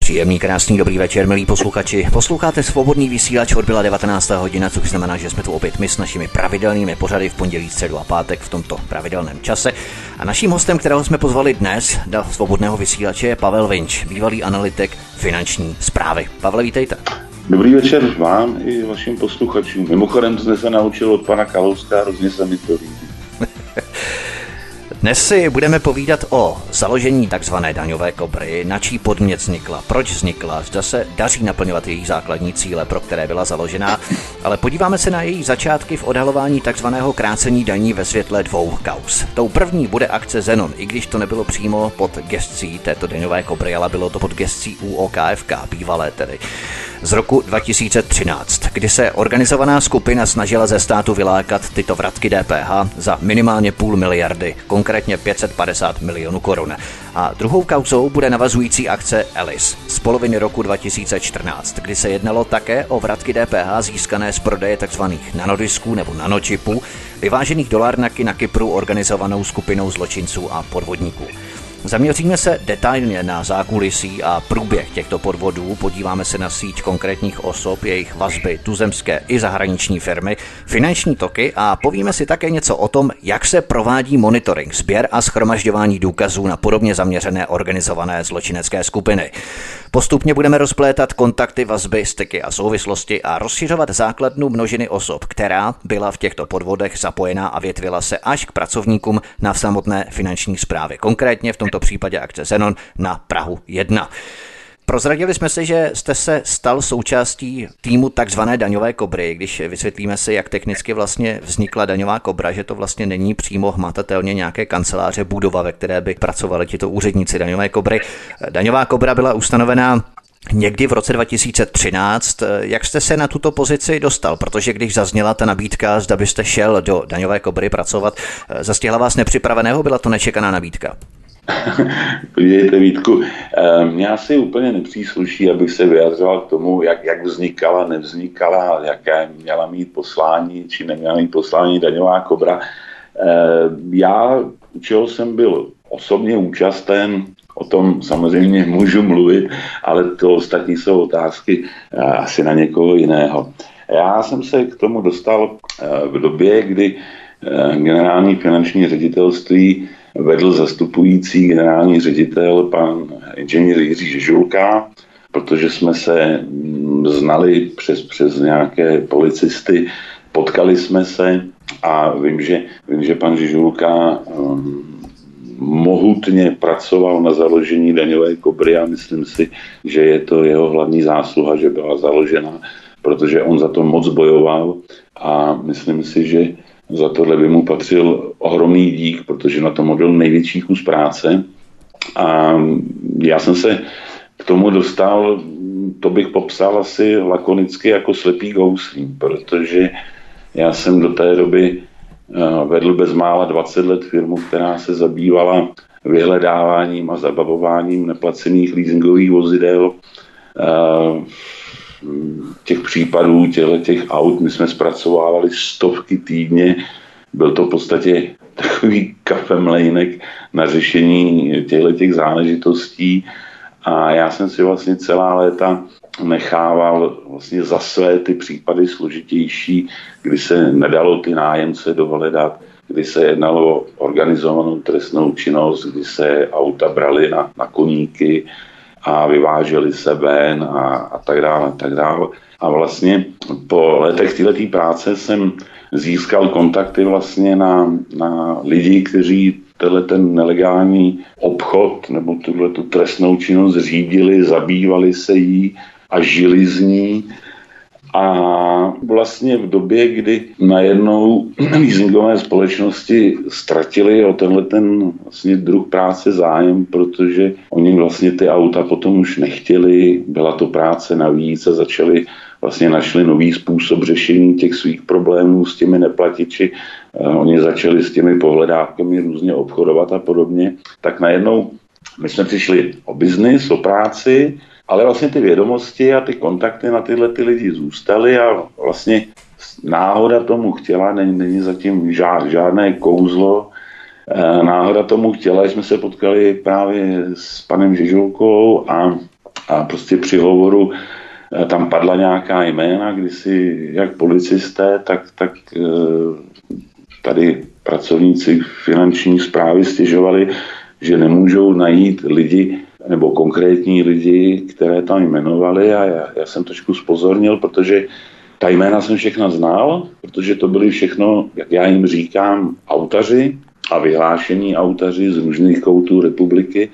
Příjemný, krásný, dobrý večer, milí posluchači. Posloucháte Svobodný vysílač, odbyla 19. hodina, což znamená, že jsme tu opět my s našimi pravidelnými pořady v pondělí, středu a pátek v tomto pravidelném čase. A naším hostem, kterého jsme pozvali dnes do Svobodného vysílače, je Pavel Vinč, bývalý analytik Finanční správy. Pavle, vítejte. Dobrý večer vám i vašim posluchačům. Mimochodem jsme se naučil od pana Kalouska, hrozně se mi to líbí. Dnes si budeme povídat o založení takzvané daňové kobry, na čí podnět vznikla, proč vznikla, zda se daří naplňovat její základní cíle, pro které byla založená, ale podíváme se na její začátky v odhalování takzvaného krácení daní ve světle dvou kauz. Tou první bude akce Zenon, i když to nebylo přímo pod gescí této daňové kobry, ale bylo to pod gescí ÚOKFK, bývalé tedy, z roku 2013, kdy se organizovaná skupina snažila ze státu vylákat tyto vratky DPH za minimálně 0,5 miliardy, konkrétně 550 milionů korun. A druhou kauzou bude navazující akce Alice z poloviny roku 2014, kdy se jednalo také o vratky DPH získané z prodeje tzv. Nanodisků nebo nanočipů, vyvážených do Larnaky na Kypru organizovanou skupinou zločinců a podvodníků. Zaměříme se detailně na zákulisí a průběh těchto podvodů, podíváme se na síť konkrétních osob, jejich vazby, tuzemské i zahraniční firmy, finanční toky a povíme si také něco o tom, jak se provádí monitoring, sběr a shromažďování důkazů na podobně zaměřené organizované zločinecké skupiny. Postupně budeme rozplétat kontakty, vazby, styky a souvislosti a rozšiřovat základnu množiny osob, která byla v těchto podvodech zapojená a větvila se až k pracovníkům na samotné finanční správě. Konkrétně v tomto případě akce Zenon na Prahu 1. Prozradili jsme si, že jste se stal součástí týmu takzvané daňové kobry, když vysvětlíme si, jak technicky vlastně vznikla daňová kobra, že to vlastně není přímo hmatatelně nějaké kanceláře, budova, ve které by pracovali tito úředníci daňové kobry. Daňová kobra byla ustanovená někdy v roce 2013. Jak jste se na tuto pozici dostal? Protože když zazněla ta nabídka, zda byste šel do daňové kobry pracovat, zastihla vás nepřipraveného, byla to nečekaná nabídka? Podívejte, Vítku, mně asi úplně nepřísluší, abych se vyjadřoval k tomu, jak vznikala, nevznikala, jaké měla mít poslání, či neměla mít poslání daňová kobra. Já, čeho jsem byl osobně účasten, o tom samozřejmě můžu mluvit, ale to ostatní jsou otázky asi na někoho jiného. Já jsem se k tomu dostal v době, kdy generální finanční ředitelství vedl zastupující generální ředitel pan inženýr Jiří Žežulka, protože jsme se znali přes nějaké policisty, potkali jsme se a vím, že pan Žežulka mohutně pracoval na založení daňové kobry a myslím si, že je to jeho hlavní zásluha, že byla založena, protože on za to moc bojoval a myslím si, že za tohle by mu patřil ohromný dík, protože na tom odvedl největší kus práce. A já jsem se k tomu dostal, to bych popsal asi lakonicky jako slepý gouslím, protože já jsem do té doby vedl bezmála 20 let firmu, která se zabývala vyhledáváním a zabavováním neplacených leasingových vozidel. Těch případů, těch aut, my jsme zpracovávali stovky týdně. Byl to v podstatě takový kafemlejnek na řešení těch záležitostí. A já jsem si vlastně celá léta nechával vlastně za své ty případy složitější, kdy se nedalo ty nájemce dohledat, kdy se jednalo o organizovanou trestnou činnost, kdy se auta brali na koníky a vyváželi se ven a tak dále, tak dále. A vlastně po letech této práce jsem získal kontakty vlastně na lidi, kteří ten nelegální obchod nebo tu trestnou činnost řídili, zabývali se jí a žili z ní. A vlastně v době, kdy najednou leasingové společnosti ztratili o ten vlastně druh práce zájem, protože oni vlastně ty auta potom už nechtěli, byla to práce navíc a našli nový způsob řešení těch svých problémů s těmi neplatiči. Oni začali s těmi pohledávkami různě obchodovat a podobně. Tak najednou my jsme přišli o biznis, o práci, ale vlastně ty vědomosti a ty kontakty na tyhle ty lidi zůstaly a vlastně náhoda tomu chtěla, není zatím žádné kouzlo. Náhoda tomu chtěla, že jsme se potkali právě s panem Žežulkou a A prostě při hovoru tam padla nějaká jména, kdy si jak policisté, tak tady pracovníci finanční správy stěžovali, že nemůžou najít lidi nebo konkrétní lidi, které tam jmenovali, a já jsem trošku zpozornil, protože ta jména jsem všechna znal, protože to byli všechno, jak já jim říkám, autaři a vyhlášení autaři z různých koutů republiky.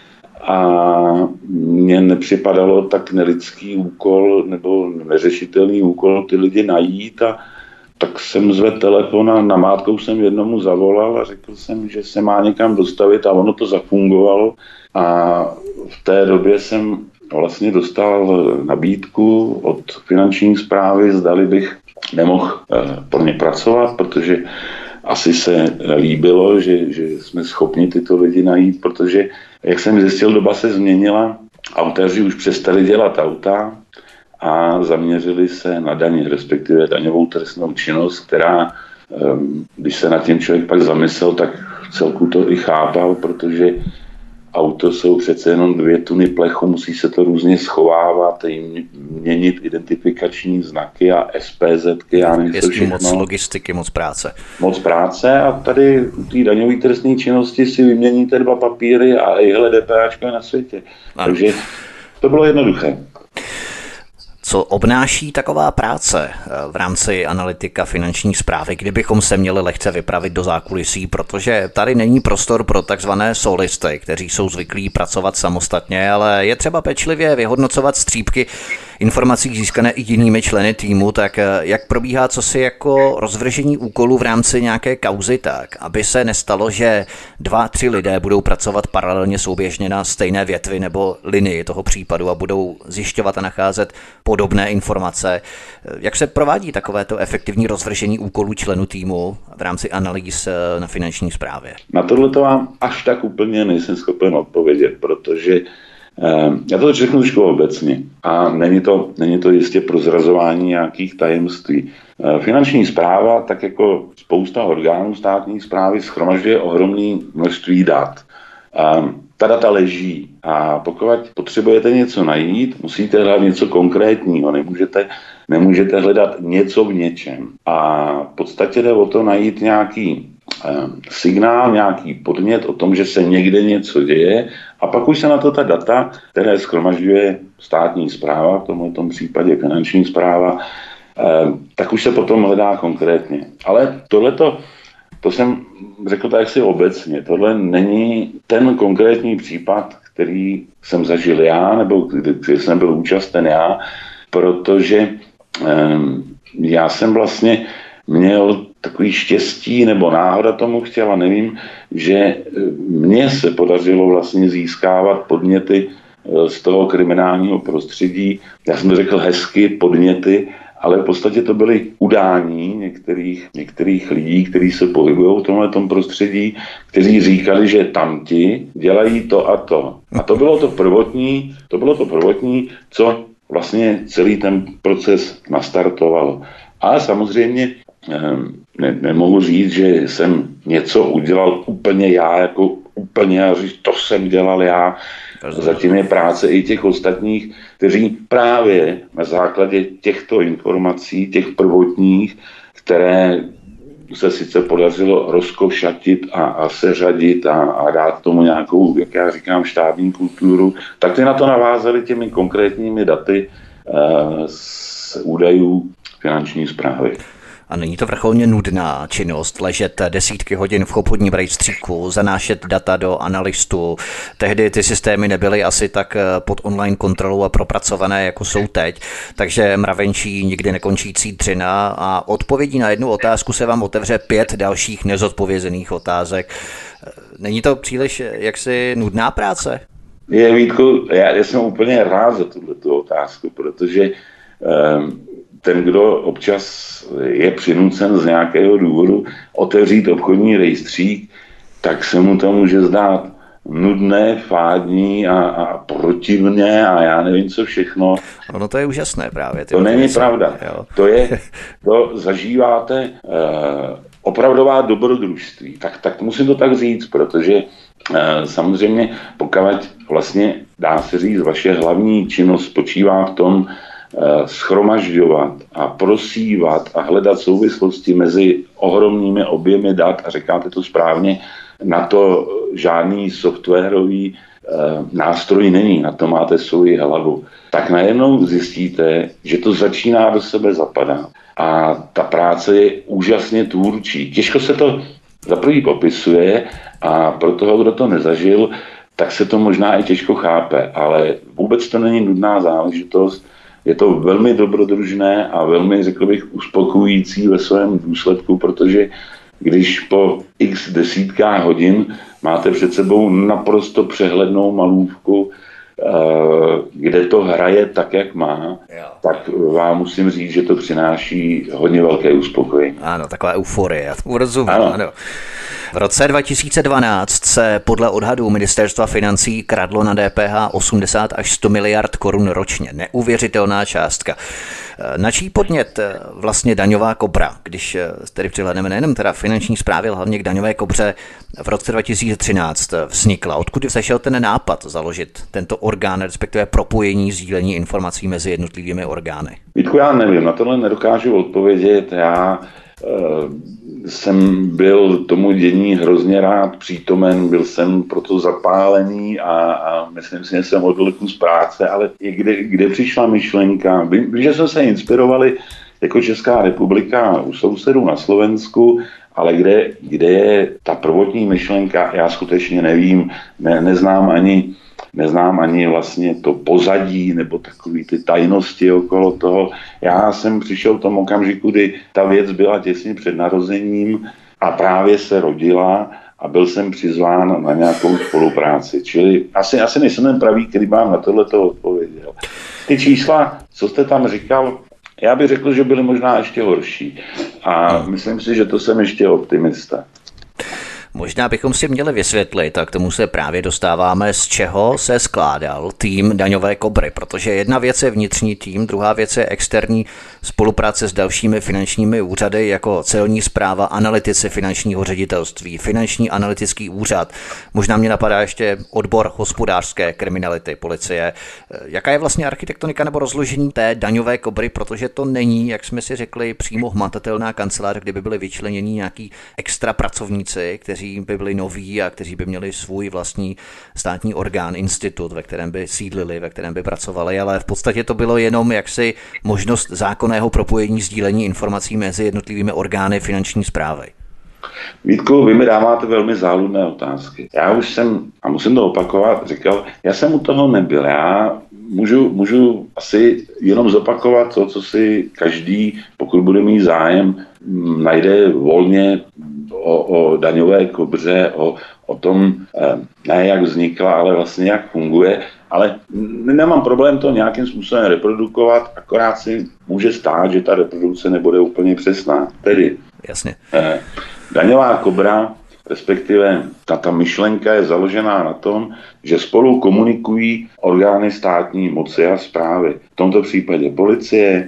A mně nepřipadalo tak nelidský úkol nebo neřešitelný úkol ty lidi najít, a tak jsem zvedl telefon a namátkou jsem jednomu zavolal a řekl jsem, že se má někam dostavit, a ono to zafungovalo. A v té době jsem vlastně dostal nabídku od finanční správy, zdali bych nemohl pro ně pracovat, protože asi se líbilo, že jsme schopni tyto lidi najít, protože, jak jsem zjistil, doba se změnila, autéři už přestali dělat auta a zaměřili se na daně, respektive daňovou trestnou činnost, která, když se nad tím člověk pak zamyslel, tak celku to i chápal, protože auto jsou přece jenom 2 tuny plechu, musí se to různě schovávat, měnit identifikační znaky a SPZky a nevím co všechno. Moc logistiky, moc práce. Moc práce, a tady u té daňové trestné činnosti si vyměníte 2 papíry a ihle DPAčko je na světě. Ano. Takže to bylo jednoduché. Co obnáší taková práce v rámci analytika finanční správy, kdybychom se měli lehce vypravit do zákulisí, protože tady není prostor pro takzvané solisty, kteří jsou zvyklí pracovat samostatně, ale je třeba pečlivě vyhodnocovat střípky informací získané i jinými členy týmu, tak jak probíhá cosi jako rozvržení úkolů v rámci nějaké kauzy tak, aby se nestalo, že 2-3 lidé budou pracovat paralelně souběžně na stejné větvi nebo linii toho případu a budou zjišťovat a nacházet podobné informace. Jak se provádí takovéto efektivní rozvržení úkolů členů týmu v rámci analýz na finanční správě? Na tohle to vám až tak úplně nejsem schopen odpovědět, protože já to řeknu trošku obecně a není to jistě prozrazování nějakých tajemství. Finanční správa, tak jako spousta orgánů státní správy, shromažďuje ohromné množství dat. Ta data leží a pokud potřebujete něco najít, musíte hledat něco konkrétního, nemůžete hledat něco v něčem. A v podstatě jde o to najít nějaký signál, nějaký podnět o tom, že se někde něco děje, a pak už se na to ta data, které shromažďuje státní správa, v tomto případě finanční správa, tak už se potom hledá konkrétně. Ale to jsem řekl tak si obecně, tohle není ten konkrétní případ, který jsem zažil já, nebo který jsem byl účasten já, protože já jsem vlastně měl takový štěstí, nebo náhoda tomu chtěla, nevím, že mně se podařilo vlastně získávat podněty z toho kriminálního prostředí. Já jsem to řekl hezky, podněty, ale v podstatě to byly udání některých lidí, kteří se pohybují v tomhletom prostředí, kteří říkali, že tamti dělají to a to. A to bylo to prvotní, co vlastně celý ten proces nastartovalo. A samozřejmě nemohu říct, že jsem něco udělal úplně já, a říct, to jsem dělal já. Zatím je práce i těch ostatních, kteří právě na základě těchto informací, těch prvotních, které se sice podařilo rozkošatit a seřadit a dát tomu nějakou, jak já říkám, štábní kulturu, tak ty na to navázali těmi konkrétními daty z údajů finanční správy. A není to vrcholně nudná činnost ležet desítky hodin v obchodním rejstříku, zanášet data do analystu. Tehdy ty systémy nebyly asi tak pod online kontrolou a propracované, jako jsou teď, takže mravenčí, nikdy nekončící dřina a odpovědí na jednu otázku se vám otevře 5 dalších nezodpovězených otázek. Není to příliš jaksi nudná práce? Vítku, já jsem úplně rád za tuto otázku, protože ten, kdo občas je přinucen z nějakého důvodu otevřít obchodní rejstřík, tak se mu to může zdát nudné, fádní a protivné a já nevím co všechno. No to je úžasné právě. To není pravda. To zažíváte opravdová dobrodružství. Tak musím to tak říct, protože samozřejmě pokud vlastně dá se říct, vaše hlavní činnost spočívá v tom schromažďovat a prosívat a hledat souvislosti mezi ohromnými objemy dat, a říkáte to správně, na to žádný softwarový nástroj není, na to máte svoji hlavu. Tak najednou zjistíte, že to začíná do sebe zapadat a ta práce je úžasně tvůrčí. Těžko se to za prvý popisuje a pro toho, kdo to nezažil, tak se to možná i těžko chápe, ale vůbec to není nudná záležitost. Je to velmi dobrodružné a velmi, řekl bych, uspokojující ve svém důsledku, protože když po x desítkách hodin máte před sebou naprosto přehlednou malůvku, kde to hraje tak, jak má, tak vám musím říct, že to přináší hodně velké uspokojení. Ano, taková euforie, já tomu rozumím. Ano. V roce 2012 se podle odhadů Ministerstva financí kradlo na DPH 80 až 100 miliard korun ročně. Neuvěřitelná částka. Na čí podnět vlastně daňová kobra, když tedy přihledneme nejenom teda finanční správy, ale hlavně k daňové kobře v roce 2013 vznikla? Odkud sešel ten nápad založit tento orgán, respektive propojení, sdílení informací mezi jednotlivými orgány? Vítku, já nevím, na tohle nedokážu odpovědět. Já jsem byl tomu dění hrozně rád přítomen, byl jsem proto zapálený a myslím si, že jsem odvedl kus práce, ale i kde přišla myšlenka, vím, že jsme se inspirovali jako Česká republika u sousedů na Slovensku, ale kde je ta prvotní myšlenka, já skutečně nevím, neznám ani vlastně to pozadí nebo takový ty tajnosti okolo toho. Já jsem přišel v tom okamžiku, kdy ta věc byla těsně před narozením a právě se rodila a byl jsem přizván na nějakou spolupráci. Čili asi nejsem ten pravý, který vám na tohleto odpověděl. Ty čísla, co jste tam říkal, já bych řekl, že byly možná ještě horší. A myslím si, že to jsem ještě optimista. Možná bychom si měli vysvětlit, a k tomu se právě dostáváme, z čeho se skládal tým daňové kobry, protože jedna věc je vnitřní tým, druhá věc je externí spolupráce s dalšími finančními úřady, jako celní správa, analytici finančního ředitelství, finanční analytický úřad. Možná mě napadá ještě odbor hospodářské kriminality policie. Jaká je vlastně architektonika nebo rozložení té daňové kobry, protože to není, jak jsme si řekli, přímo hmatatelná kancelář, kde by byly vyčlenění nějaký extra pracovníci, kteří by byli noví a kteří by měli svůj vlastní státní orgán, institut, ve kterém by sídlili, ve kterém by pracovali, ale v podstatě to bylo jenom jaksi možnost zákonného propojení, sdílení informací mezi jednotlivými orgány finanční správy. Vítku, vy mi dáváte velmi záludné otázky. Já už jsem, a musím to opakovat, říkal, já jsem u toho nebyl. Já můžu asi jenom zopakovat to, co si každý, pokud bude mít zájem, najde volně o daňové kobře, o tom, ne jak vznikla, ale vlastně jak funguje. Ale nemám problém to nějakým způsobem reprodukovat, akorát si může stát, že ta reprodukce nebude úplně přesná. Tedy jasně. Daňová kobra, respektive ta myšlenka je založená na tom, že spolu komunikují orgány státní moci a správy. V tomto případě policie,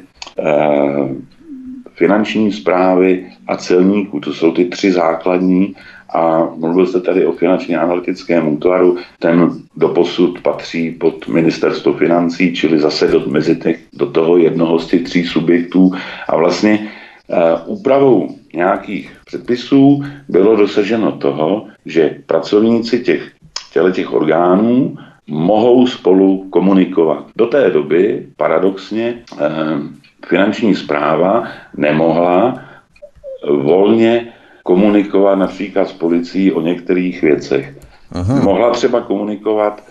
finanční správy a celníků. To jsou ty tři základní a mluvil jste tady o finančně analytickém útvaru. Ten doposud patří pod ministerstvo financí, čili zase do toho jednoho z těch tří subjektů a vlastně úpravou nějakých předpisů bylo dosaženo toho, že pracovníci těch orgánů mohou spolu komunikovat. Do té doby paradoxně finanční správa nemohla volně komunikovat například s policií o některých věcech. Aha. Mohla třeba komunikovat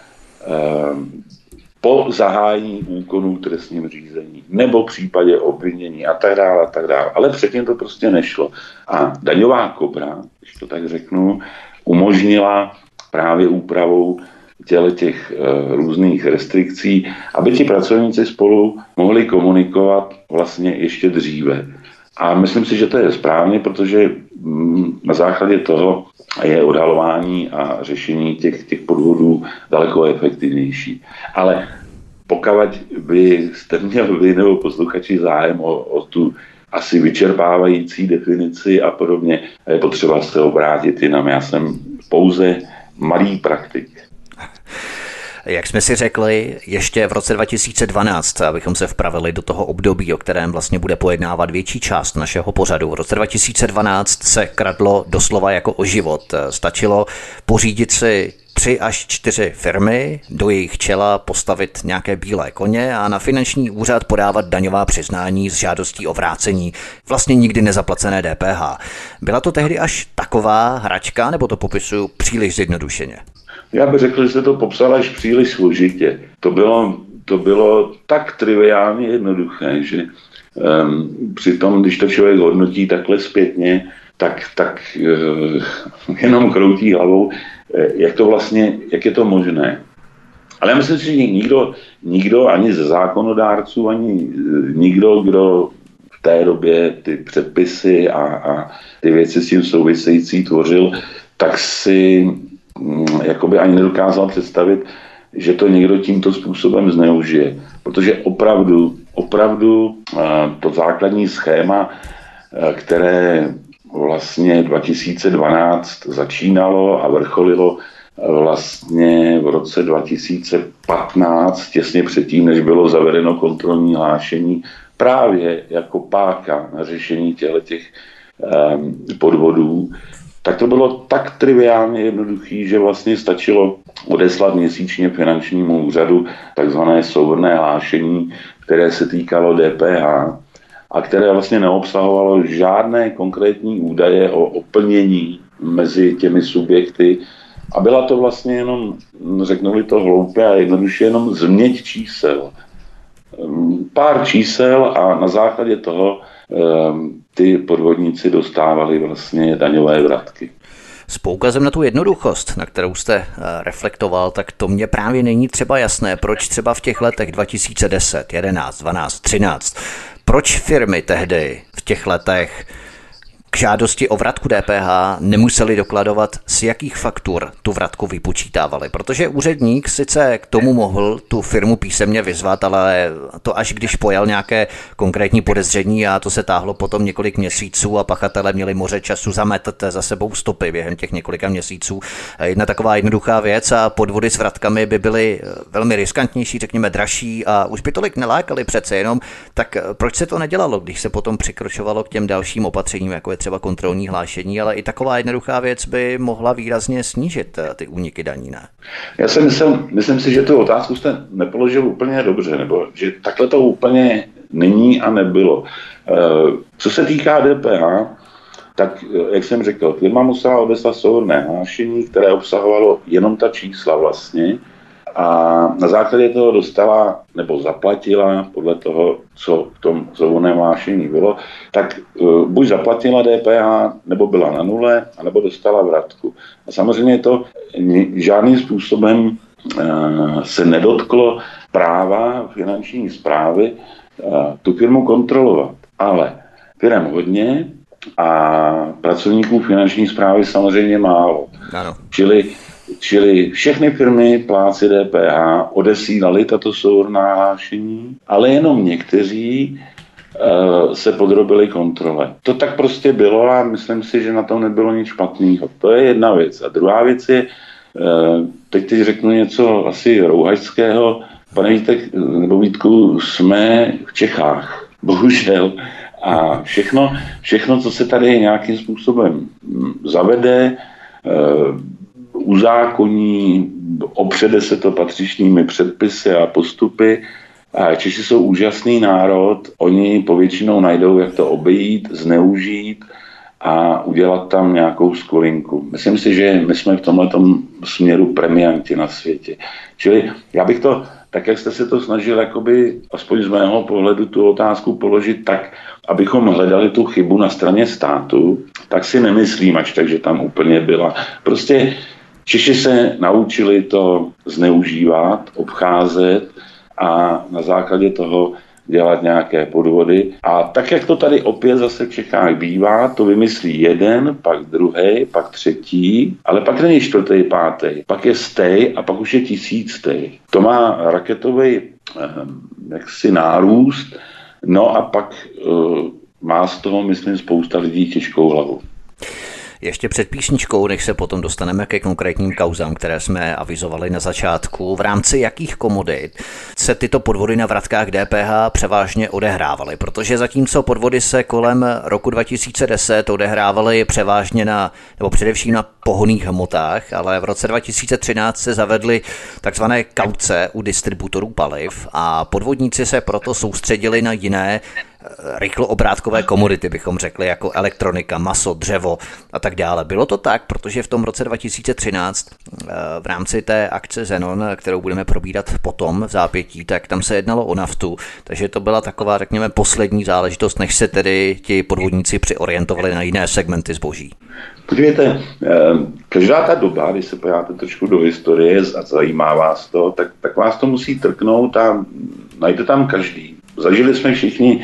po zahájení úkonů v trestním řízení nebo v případě obvinění a tak dále. Ale předtím to prostě nešlo. A daňová kobra, když to tak řeknu, umožnila právě úpravou těch různých restrikcí, aby ti pracovníci spolu mohli komunikovat vlastně ještě dříve. A myslím si, že to je správně, protože na základě toho je odhalování a řešení těch podvodů daleko efektivnější. Ale pokud byste měl vy nebo posluchači zájem o tu asi vyčerpávající definici a podobně. A je potřeba se obrátit jinam. Já jsem pouze malý praktik. Jak jsme si řekli, ještě v roce 2012, abychom se vpravili do toho období, o kterém vlastně bude pojednávat větší část našeho pořadu. V roce 2012 se kradlo doslova jako o život. Stačilo pořídit si 3 až 4 firmy, do jejich čela postavit nějaké bílé koně a na finanční úřad podávat daňová přiznání s žádostí o vrácení vlastně nikdy nezaplacené DPH. Byla to tehdy až taková hračka, nebo to popisuju příliš zjednodušeně? Já bych řekl, že se to popsalo až příliš složitě. To bylo tak triviálně jednoduché, že přitom, když to člověk hodnotí takhle zpětně, tak jenom kroutí hlavou, jak je to možné. Ale já myslím si, že nikdo ani ze zákonodárců, ani nikdo, kdo v té době ty předpisy a ty věci s tím související tvořil, tak si jakoby ani nedokázal představit, že to někdo tímto způsobem zneužije. Protože opravdu to základní schéma, které vlastně 2012 začínalo a vrcholilo vlastně v roce 2015, těsně předtím, než bylo zavedeno kontrolní hlášení, právě jako páka na řešení těch podvodů, tak to bylo tak triviálně jednoduchý, že vlastně stačilo odeslat měsíčně finančnímu úřadu takzvané souhrnné hlášení, které se týkalo DPH a které vlastně neobsahovalo žádné konkrétní údaje o oplnění mezi těmi subjekty. A byla to vlastně jenom, řeknu-li to hloupě a jednoduše, jenom změť čísel. Pár čísel a na základě toho ty podvodníci dostávali vlastně daňové vratky. S poukazem na tu jednoduchost, na kterou jste reflektoval, tak to mně právě není třeba jasné, proč třeba v těch letech 2010, 11, 12, 13, proč firmy tehdy v těch letech k žádosti o vratku DPH nemuseli dokladovat, z jakých faktur tu vratku vypočítávali. Protože úředník sice k tomu mohl tu firmu písemně vyzvat, ale to až když pojal nějaké konkrétní podezření a to se táhlo potom několik měsíců a pachatelé měli moře času zametat za sebou stopy během těch několika měsíců. Jedna taková jednoduchá věc a podvody s vratkami by byly velmi riskantnější, řekněme dražší a už by tolik nelákali přece jenom. Tak proč se to nedělalo, když se potom přikročovalo k těm dalším opatřením, jako je třeba kontrolní hlášení, ale i taková jednoduchá věc by mohla výrazně snížit ty úniky daní, ne? Já myslím si, že tu otázku jste nepoložil úplně dobře, nebo že takhle to úplně není a nebylo. Co se týká DPH, tak, jak jsem řekl, firma musela odeslat souhrnné hlášení, které obsahovalo jenom ta čísla vlastně, a na základě toho dostala nebo zaplatila, podle toho, co v tom souhrnném hlášení bylo, tak buď zaplatila DPH, nebo byla na nule, anebo dostala vratku. A samozřejmě to žádným způsobem se nedotklo práva finanční správy tu firmu kontrolovat. Ale firem hodně a pracovníků finanční správy samozřejmě málo. Ano. Čili všechny firmy plátci DPH odesílali tato souhrnná hlášení, ale jenom někteří se podrobili kontrole. To tak prostě bylo a myslím si, že na tom nebylo nic špatného. To je jedna věc. A druhá věc je, teď řeknu něco asi rouhačského. Pane Vítek, nebo Vítku, jsme v Čechách. Bohužel. A všechno, co se tady nějakým způsobem zavede, uzákoní, opřede se to patřičnými předpisy a postupy. A Češi jsou úžasný národ, oni povětšinou najdou, jak to obejít, zneužít a udělat tam nějakou skulinku. Myslím si, že my jsme v tomhletom směru premianti na světě. Čili já bych to, tak jak jste se to snažil, jakoby, aspoň z mého pohledu tu otázku položit tak, abychom hledali tu chybu na straně státu, tak si nemyslím, takže tam úplně byla. Prostě Češi se naučili to zneužívat, obcházet a na základě toho dělat nějaké podvody. A tak, jak to tady opět zase v Čechách bývá, to vymyslí jeden, pak druhý, pak třetí, ale pak není čtvrtý, pátý, pak je stej a pak už je 1000. To má raketový jaksi nárůst, no a pak má z toho, myslím, spousta lidí těžkou hlavu. Ještě před písničkou, než se potom dostaneme ke konkrétním kauzám, které jsme avizovali na začátku, v rámci jakých komodit se tyto podvody na vratkách DPH převážně odehrávaly, protože zatímco podvody se kolem roku 2010 odehrávaly převážně nebo především na pohonných hmotách, ale v roce 2013 se zavedly takzvané kauce u distributorů paliv a podvodníci se proto soustředili na jiné rychloobrátkové komodity, bychom řekli, jako elektronika, maso, dřevo a tak dále. Bylo to tak, protože v tom roce 2013 v rámci té akce Zenon, kterou budeme probírat potom v zápětí, tak tam se jednalo o naftu, takže to byla taková, řekněme, poslední záležitost, než se tedy ti podvodníci přiorientovali na jiné segmenty zboží. Podívejte, každá ta doba, když se podíváte trošku do historie a zajímá vás to, tak vás to musí trknout a najde tam každý. Zažili jsme všichni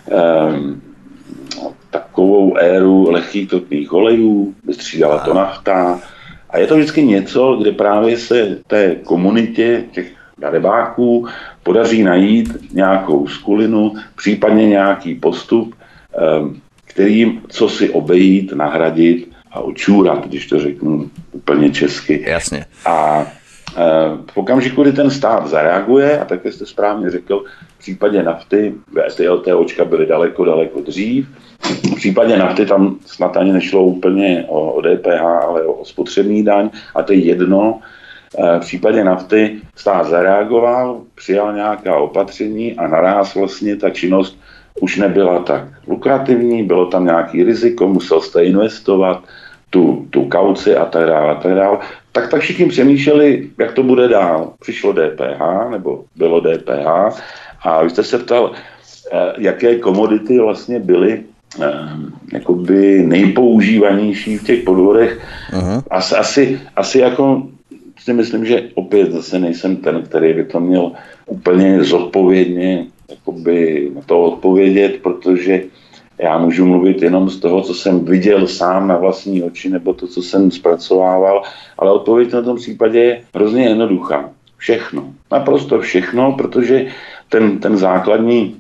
takovou éru lehkých topných olejů, vystřídala to nafta a je to vždycky něco, kde právě se té komunitě těch darebáků podaří najít nějakou skulinu, případně nějaký postup, kterým co si obejít, nahradit a očůrat, když to řeknu úplně česky. Jasně. A v okamžiku, kdy ten stát zareaguje, a tak jste správně řekl, v případě nafty, VTLTOčka byly daleko dřív, v případě nafty tam snad ani nešlo úplně o DPH, ale o spotřební daň, a to je jedno. V případě nafty stát zareagoval, přijal nějaká opatření a naráz vlastně ta činnost už nebyla tak lukrativní, bylo tam nějaký riziko, musel jste investovat, tu kauci a tak dále. Tak všichni přemýšleli, jak to bude dál. Přišlo DPH, nebo bylo DPH, a vy jste se ptal, jaké komodity vlastně byly jakoby nejpoužívanější v těch podvodech. Asi jako si myslím, že opět zase nejsem ten, který by to měl úplně zodpovědně jakoby na to odpovědět, protože já můžu mluvit jenom z toho, co jsem viděl sám na vlastní oči, nebo to, co jsem zpracovával, ale odpověď na tom případě je hrozně jednoduchá. Všechno. Naprosto všechno, protože ten základní,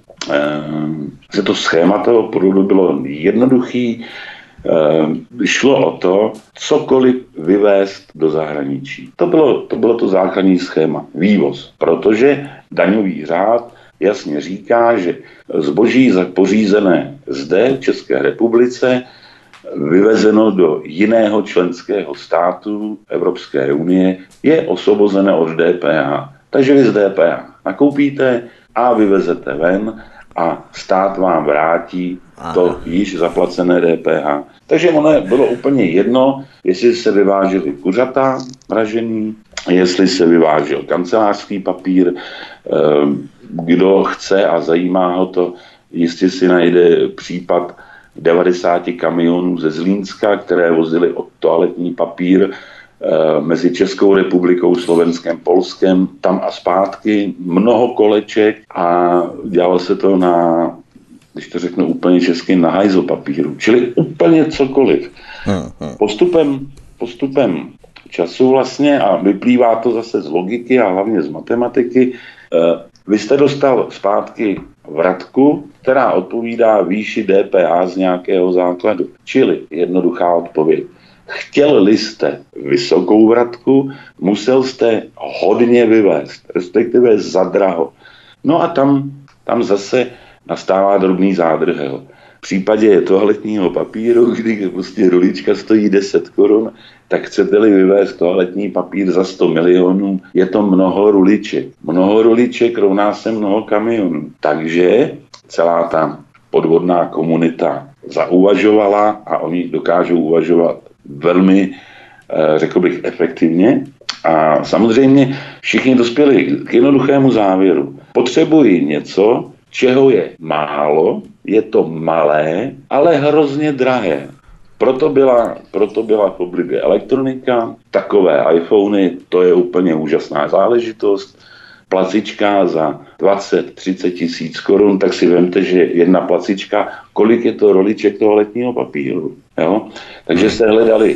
že to schéma toho podvodu bylo jednoduchý, šlo o to, cokoliv vyvést do zahraničí. To bylo to základní schéma. Vývoz. Protože daňový řád jasně říká, že zboží pořízené zde v České republice vyvezeno do jiného členského státu Evropské unie je osvobozené od DPH. Takže vy z DPH nakoupíte a vyvezete ven a stát vám vrátí to již zaplacené DPH. Takže ono bylo úplně jedno, jestli se vyvážely kuřata mražený, jestli se vyvážel kancelářský papír, kdo chce a zajímá ho to, jistě si najde případ 90 kamionů ze Zlínska, které vozily toaletní papír mezi Českou republikou, Slovenskem, Polskem, tam a zpátky, mnoho koleček a dělalo se to na, když to řeknu úplně česky, na hajzl papíru, čili úplně cokoliv. Postupem času vlastně, a vyplývá to zase z logiky a hlavně z matematiky, vy jste dostal zpátky vratku, která odpovídá výši DPH z nějakého základu. Čili jednoduchá odpověď. Chtěli jste vysokou vratku, musel jste hodně vyvést, respektive zadraho. No a tam zase nastává drobný zádrhel. V případě toaletního papíru, kdy prostě rulička stojí 10 korun, tak chcete-li vyvést toaletní papír za 100 milionů, je to mnoho ruliček. Mnoho ruliček rovná se mnoho kamionů. Takže celá ta podvodná komunita zauvažovala a oni dokážou uvažovat velmi, řekl bych, efektivně. A samozřejmě všichni dospěli k jednoduchému závěru. Potřebuji něco, čeho je málo, je to malé, ale hrozně drahé. Proto byla v oblibě elektronika, takové iPhony, to je úplně úžasná záležitost. Placička za 20-30 tisíc korun, tak si vemte, že jedna placička, kolik je to roliček toaletního papíru. Jo? Takže se hledali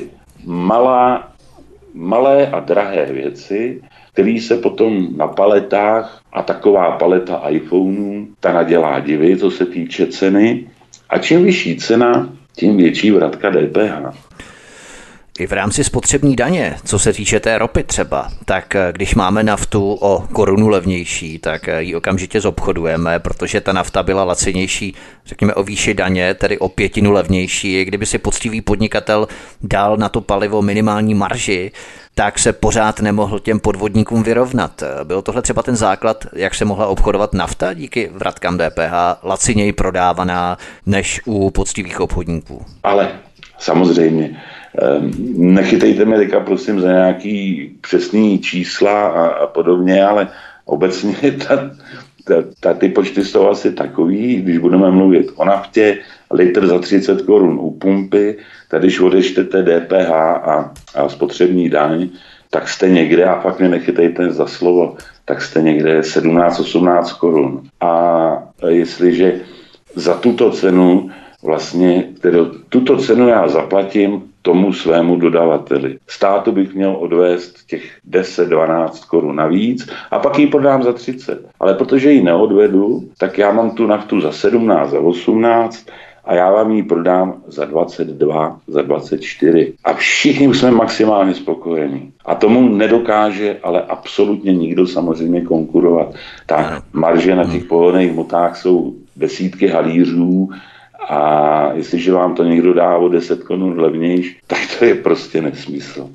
malé a drahé věci, které se potom na paletách, a taková paleta iPhoneů, ta nadělá divy, co se týče ceny, A čím vyšší cena, tím větší vratka DPH. I v rámci spotřební daně, co se týče té ropy třeba, tak když máme naftu o korunu levnější, tak ji okamžitě zobchodujeme, protože ta nafta byla lacinější, řekněme o výši daně, tedy o 1/5 levnější. Kdyby si poctivý podnikatel dal na to palivo minimální marži, tak se pořád nemohl těm podvodníkům vyrovnat. Byl tohle třeba ten základ, jak se mohla obchodovat nafta díky vratkám DPH, laciněji prodávaná než u poctivých obchodníků? Ale samozřejmě, nechytejte mě teďka prosím za nějaký přesný čísla a podobně, ale obecně ty počty jsou asi takový, když budeme mluvit o naftě, litr za 30 korun u pumpy, tady když odečtete DPH a spotřební daň, tak jste někde, a fakt mě nechytejte za slovo, tak jste někde 17-18 korun. A jestliže za tuto cenu vlastně, tuto cenu já zaplatím tomu svému dodavateli. Státu bych měl odvést těch 10-12 korun navíc a pak ji prodám za 30. Ale protože ji neodvedu, tak já mám tu naftu za 17, za 18 a já vám ji prodám za 22, za 24. A všichni už jsme maximálně spokojení. A tomu nedokáže ale absolutně nikdo samozřejmě konkurovat. Ta marže na těch pohonných hmotách jsou desítky halířů, a jestliže vám to někdo dá o 10 korun levnější, tak to je prostě nesmysl.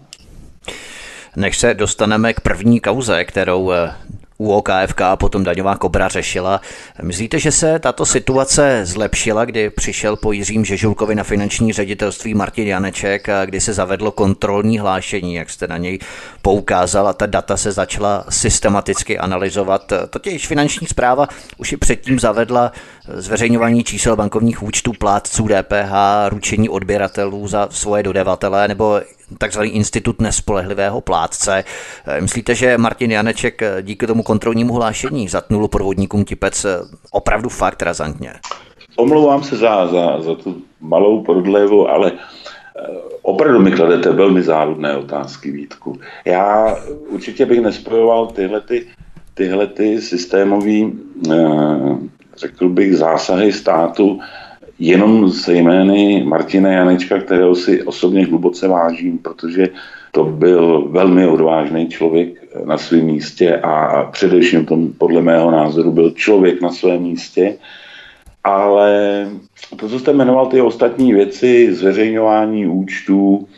Než se dostaneme k první kauze, kterou UOKFK a potom daňová Kobra řešila, myslíte, že se tato situace zlepšila, kdy přišel po Jiřím Žežulkovi na finanční ředitelství Martin Janeček a kdy se zavedlo kontrolní hlášení, jak jste na něj poukázal, a ta data se začala systematicky analyzovat? Totiž finanční správa už i předtím zavedla zveřejňování čísel bankovních účtů plátců DPH, ručení odběratelů za svoje dodavatele nebo takzvaný institut nespolehlivého plátce. Myslíte, že Martin Janeček díky tomu kontrolnímu hlášení zatnul podvodníkům tipec opravdu fakt razantně? Omlouvám se za tu malou prodlevu, ale opravdu mi kladete velmi záludné otázky, Vítku. Já určitě bych nespojoval tyhle systémový, řekl bych, zásahy státu jenom se jmény Martina Janečka, kterého si osobně hluboce vážím, protože to byl velmi odvážný člověk na svém místě a především tom podle mého názoru byl člověk na svém místě. Ale to, co jste jmenoval, ty ostatní věci, zveřejňování účtů,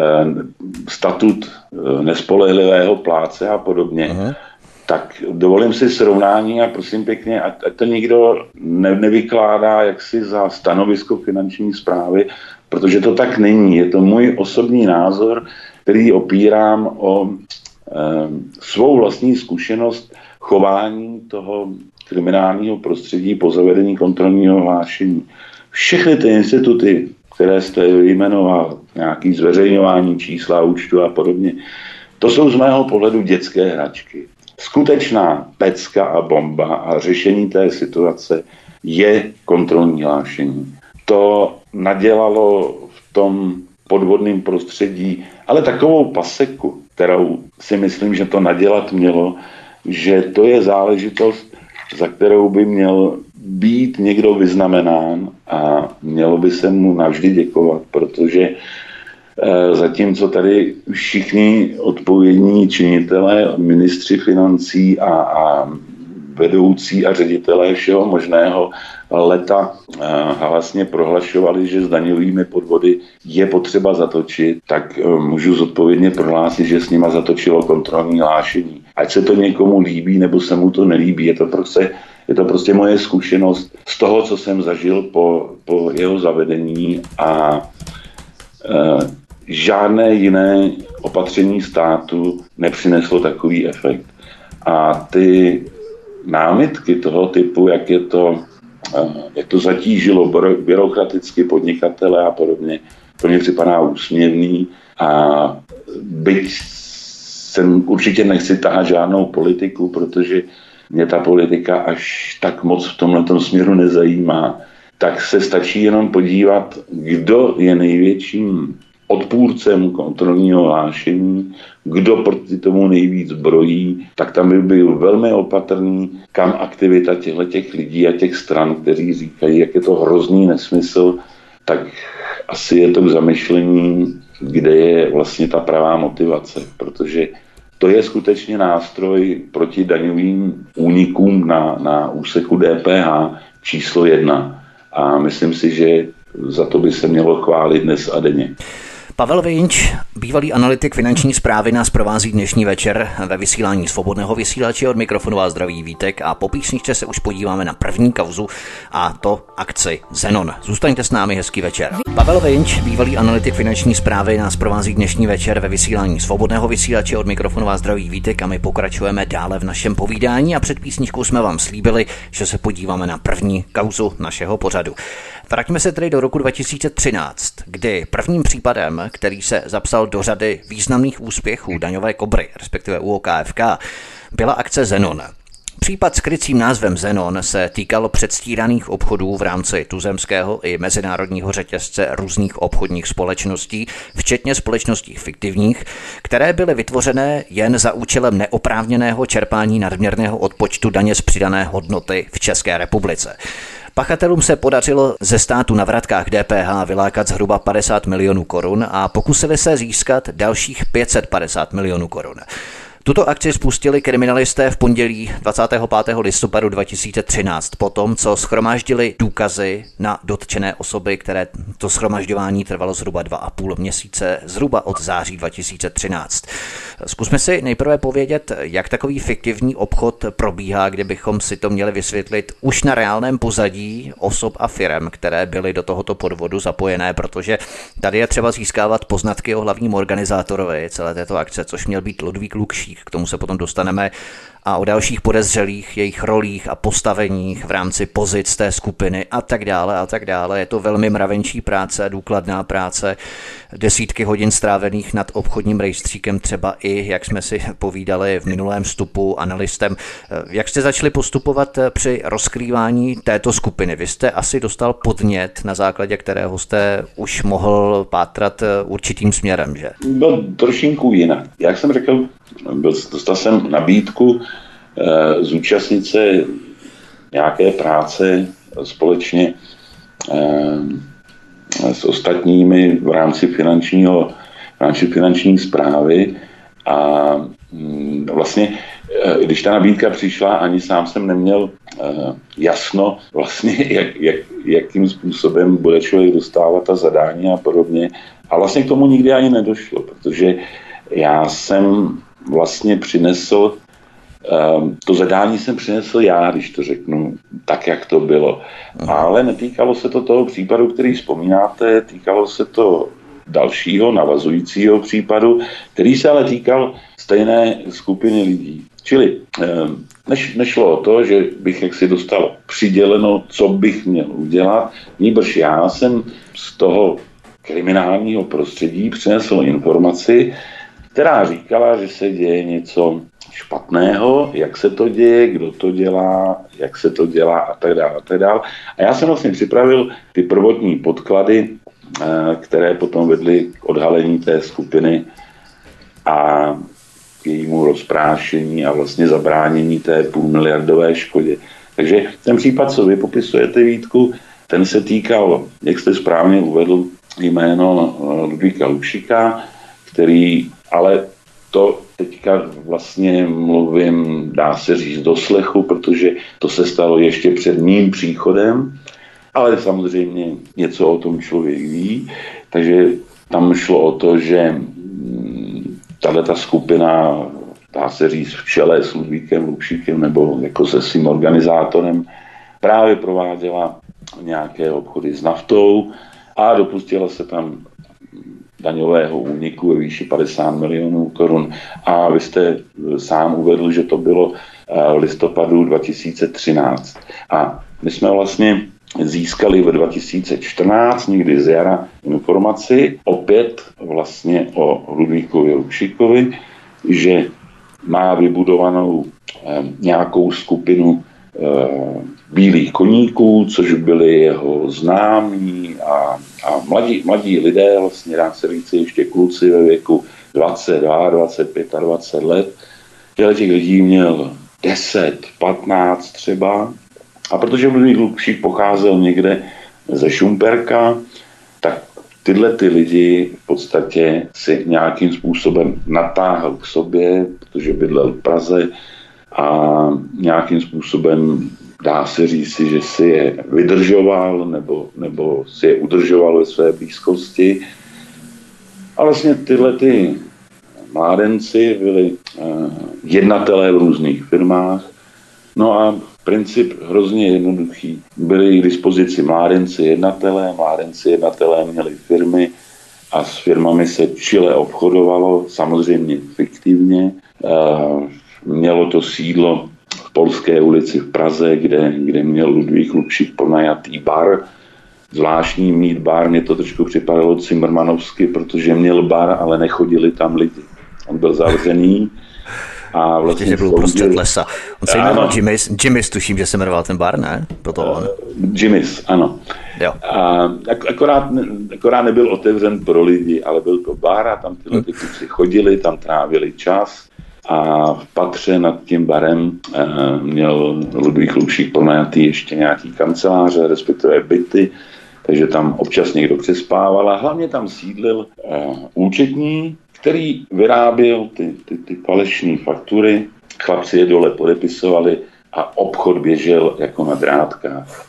statut nespolehlivého plátce a podobně, tak dovolím si srovnání a prosím pěkně, ať to nikdo nevykládá jaksi za stanovisko finanční správy, protože to tak není. Je to můj osobní názor, který opírám o svou vlastní zkušenost chování toho kriminálního prostředí po zavedení kontrolního hlášení. Všechny ty instituty, které jste jmenoval, nějaký zveřejňování čísla, účtu a podobně, to jsou z mého pohledu dětské hračky. Skutečná pecka a bomba a řešení té situace je kontrolní hlášení. To nadělalo v tom podvodném prostředí, ale takovou paseku, kterou si myslím, že to nadělat mělo, že to je záležitost, za kterou by měl být někdo vyznamenán a mělo by se mu navždy děkovat, protože zatímco tady všichni odpovědní činitelé, ministři financí a vedoucí a ředitelé všeho možného leta hlasně prohlašovali, že s daňovými podvody je potřeba zatočit, tak můžu zodpovědně prohlásit, že s nima zatočilo kontrolní hlášení. Ať se to někomu líbí, nebo se mu to nelíbí, je to prostě moje zkušenost z toho, co jsem zažil po jeho zavedení a žádné jiné opatření státu nepřineslo takový efekt. A ty námitky toho typu, jak to zatížilo byrokraticky podnikatele a podobně, to mě připadá úsměvný a byť určitě nechci tahat žádnou politiku, protože mě ta politika až tak moc v tomhletom směru nezajímá, tak se stačí jenom podívat, kdo je největším odpůrcem kontrolního hlášení, kdo proti tomu nejvíc brojí, tak tam by byl velmi opatrný, kam aktivita těch lidí a těch stran, kteří říkají, jak je to hrozný nesmysl, tak asi je to k zamyšlení, kde je vlastně ta pravá motivace, protože to je skutečně nástroj proti daňovým únikům na úseku DPH číslo 1. A myslím si, že za to by se mělo chválit dnes a denně. Pavel Vinč, bývalý analytik finanční správy, nás provází dnešní večer ve vysílání Svobodného vysílače. Od mikrofonu vás zdraví Vítek a po písničce se už podíváme na první kauzu, a to akci Zenon. Zůstaňte s námi, hezký večer. Pavel Vinč, bývalý analytik finanční správy, nás provází dnešní večer ve vysílání Svobodného vysílače. Od mikrofonu vás zdraví Vítek a my pokračujeme dále v našem povídání a před písničkou jsme vám slíbili, že se podíváme na první kauzu našeho pořadu. Vraťme se tedy do roku 2013, kdy prvním případem, který se zapsal do řady významných úspěchů daňové Kobry, respektive UOKFK, byla akce Zenon. Případ s krycím názvem Zenon se týkal předstíraných obchodů v rámci tuzemského i mezinárodního řetězce různých obchodních společností, včetně společností fiktivních, které byly vytvořené jen za účelem neoprávněného čerpání nadměrného odpočtu daně z přidané hodnoty v České republice. Pachatelům se podařilo ze státu na vratkách DPH vylákat zhruba 50 milionů korun a pokusili se získat dalších 550 milionů korun. Tuto akci spustili kriminalisté v pondělí 25. listopadu 2013 potom, co shromáždili důkazy na dotčené osoby, které to shromažďování trvalo zhruba 2,5 měsíce, zhruba od září 2013. Zkusme si nejprve povědět, jak takový fiktivní obchod probíhá, kdybychom si to měli vysvětlit už na reálném pozadí osob a firem, které byly do tohoto podvodu zapojené, protože tady je třeba získávat poznatky o hlavním organizátorovi celé této akce, což měl být Ludvík Lukšík. K tomu se potom dostaneme, a o dalších podezřelých, jejich rolích a postaveních v rámci pozic té skupiny a tak dále a tak dále. Je to velmi mravenčí práce, důkladná práce, desítky hodin strávených nad obchodním rejstříkem, třeba i, jak jsme si povídali v minulém vstupu, analystem. Jak jste začali postupovat při rozkrývání této skupiny? Vy jste asi dostal podnět, na základě kterého jste už mohl pátrat určitým směrem, že? Byl trošinku jinak. Jak jsem řekl, dostal jsem nabídku zúčastnit se nějaké práce společně s ostatními v rámci finanční správy a vlastně, když ta nabídka přišla, ani sám jsem neměl jasno vlastně, jakým způsobem bude člověk dostávat ta zadání a podobně. A vlastně k tomu nikdy ani nedošlo, protože já jsem vlastně přinesl, to zadání jsem přinesl já, když to řeknu tak, jak to bylo. Ale netýkalo se to toho případu, který vzpomínáte, týkalo se to dalšího, navazujícího případu, který se ale týkal stejné skupiny lidí. Čili nešlo o to, že bych jaksi dostal přiděleno, co bych měl udělat, nýbrž já jsem z toho kriminálního prostředí přinesl informaci, která říkala, že se děje něco špatného, jak se to děje, kdo to dělá, jak se to dělá a tak dále a tak dále. A já jsem vlastně připravil ty prvotní podklady, které potom vedly k odhalení té skupiny a k jejímu rozprášení a vlastně zabránění té půlmiliardové škodě. Takže ten případ, co vy popisujete, Vítku, ten se týkal, jak jste správně uvedl, jméno Ludvíka Lukšíka, který, ale to teďka vlastně mluvím, dá se říct, do slechu, protože to se stalo ještě před mým příchodem, ale samozřejmě něco o tom člověk ví, takže tam šlo o to, že tato skupina, dá se říct, v čele s Ludvíkem Lukšíkem nebo jako se svým organizátorem právě prováděla nějaké obchody s naftou a dopustila se tam daňového úniku ve výši 50 milionů korun. A vy jste sám uvedl, že to bylo v listopadu 2013. A my jsme vlastně získali ve 2014, někdy z jara, informaci opět vlastně o Ludvíkovi Lukšíkovi, že má vybudovanou nějakou skupinu bílých koníků, což byli jeho známí a mladí lidé, vlastně dá se říct ještě kluci ve věku 22, 25 a 20 let. Těch lidí měl 10, 15 třeba. A protože Ludvík Lukšík pocházel někde ze Šumperka, tak tyhle ty lidi v podstatě si nějakým způsobem natáhl k sobě, protože bydlel v Praze a nějakým způsobem dá se říci, že si je vydržoval nebo si je udržoval ve své blízkosti. A vlastně tyhle ty mládenci byli jednatelé v různých firmách. No a princip hrozně jednoduchý. Byli k dispozici mládenci jednatelé měli firmy a s firmami se čile obchodovalo, samozřejmě fiktivně. Mělo to sídlo v Polské ulici v Praze, kde měl Ludvík Lukšík pronajatý bar. Zvláštní mít bar, mě to trošku připadalo cimrmanovsky, protože měl bar, ale nechodili tam lidi. On byl zavřený. A vlastně že byl prostřed lesa. On se jmenoval Jimmy's, tuším, že se jmenoval ten bar, ne? Jimmy's, ano. Jo. A akorát nebyl otevřen pro lidi, ale byl to bar a tam tyhle ty kluci chodili, tam trávili čas a v patře nad tím barem měl Ludvík Lukšík pronajatý ještě nějaký kanceláře, respektive byty, takže tam občas někdo přespával a hlavně tam sídlil účetní, který vyráběl ty falešné faktury, chlapci je dole podepisovali a obchod běžel jako na drátkách.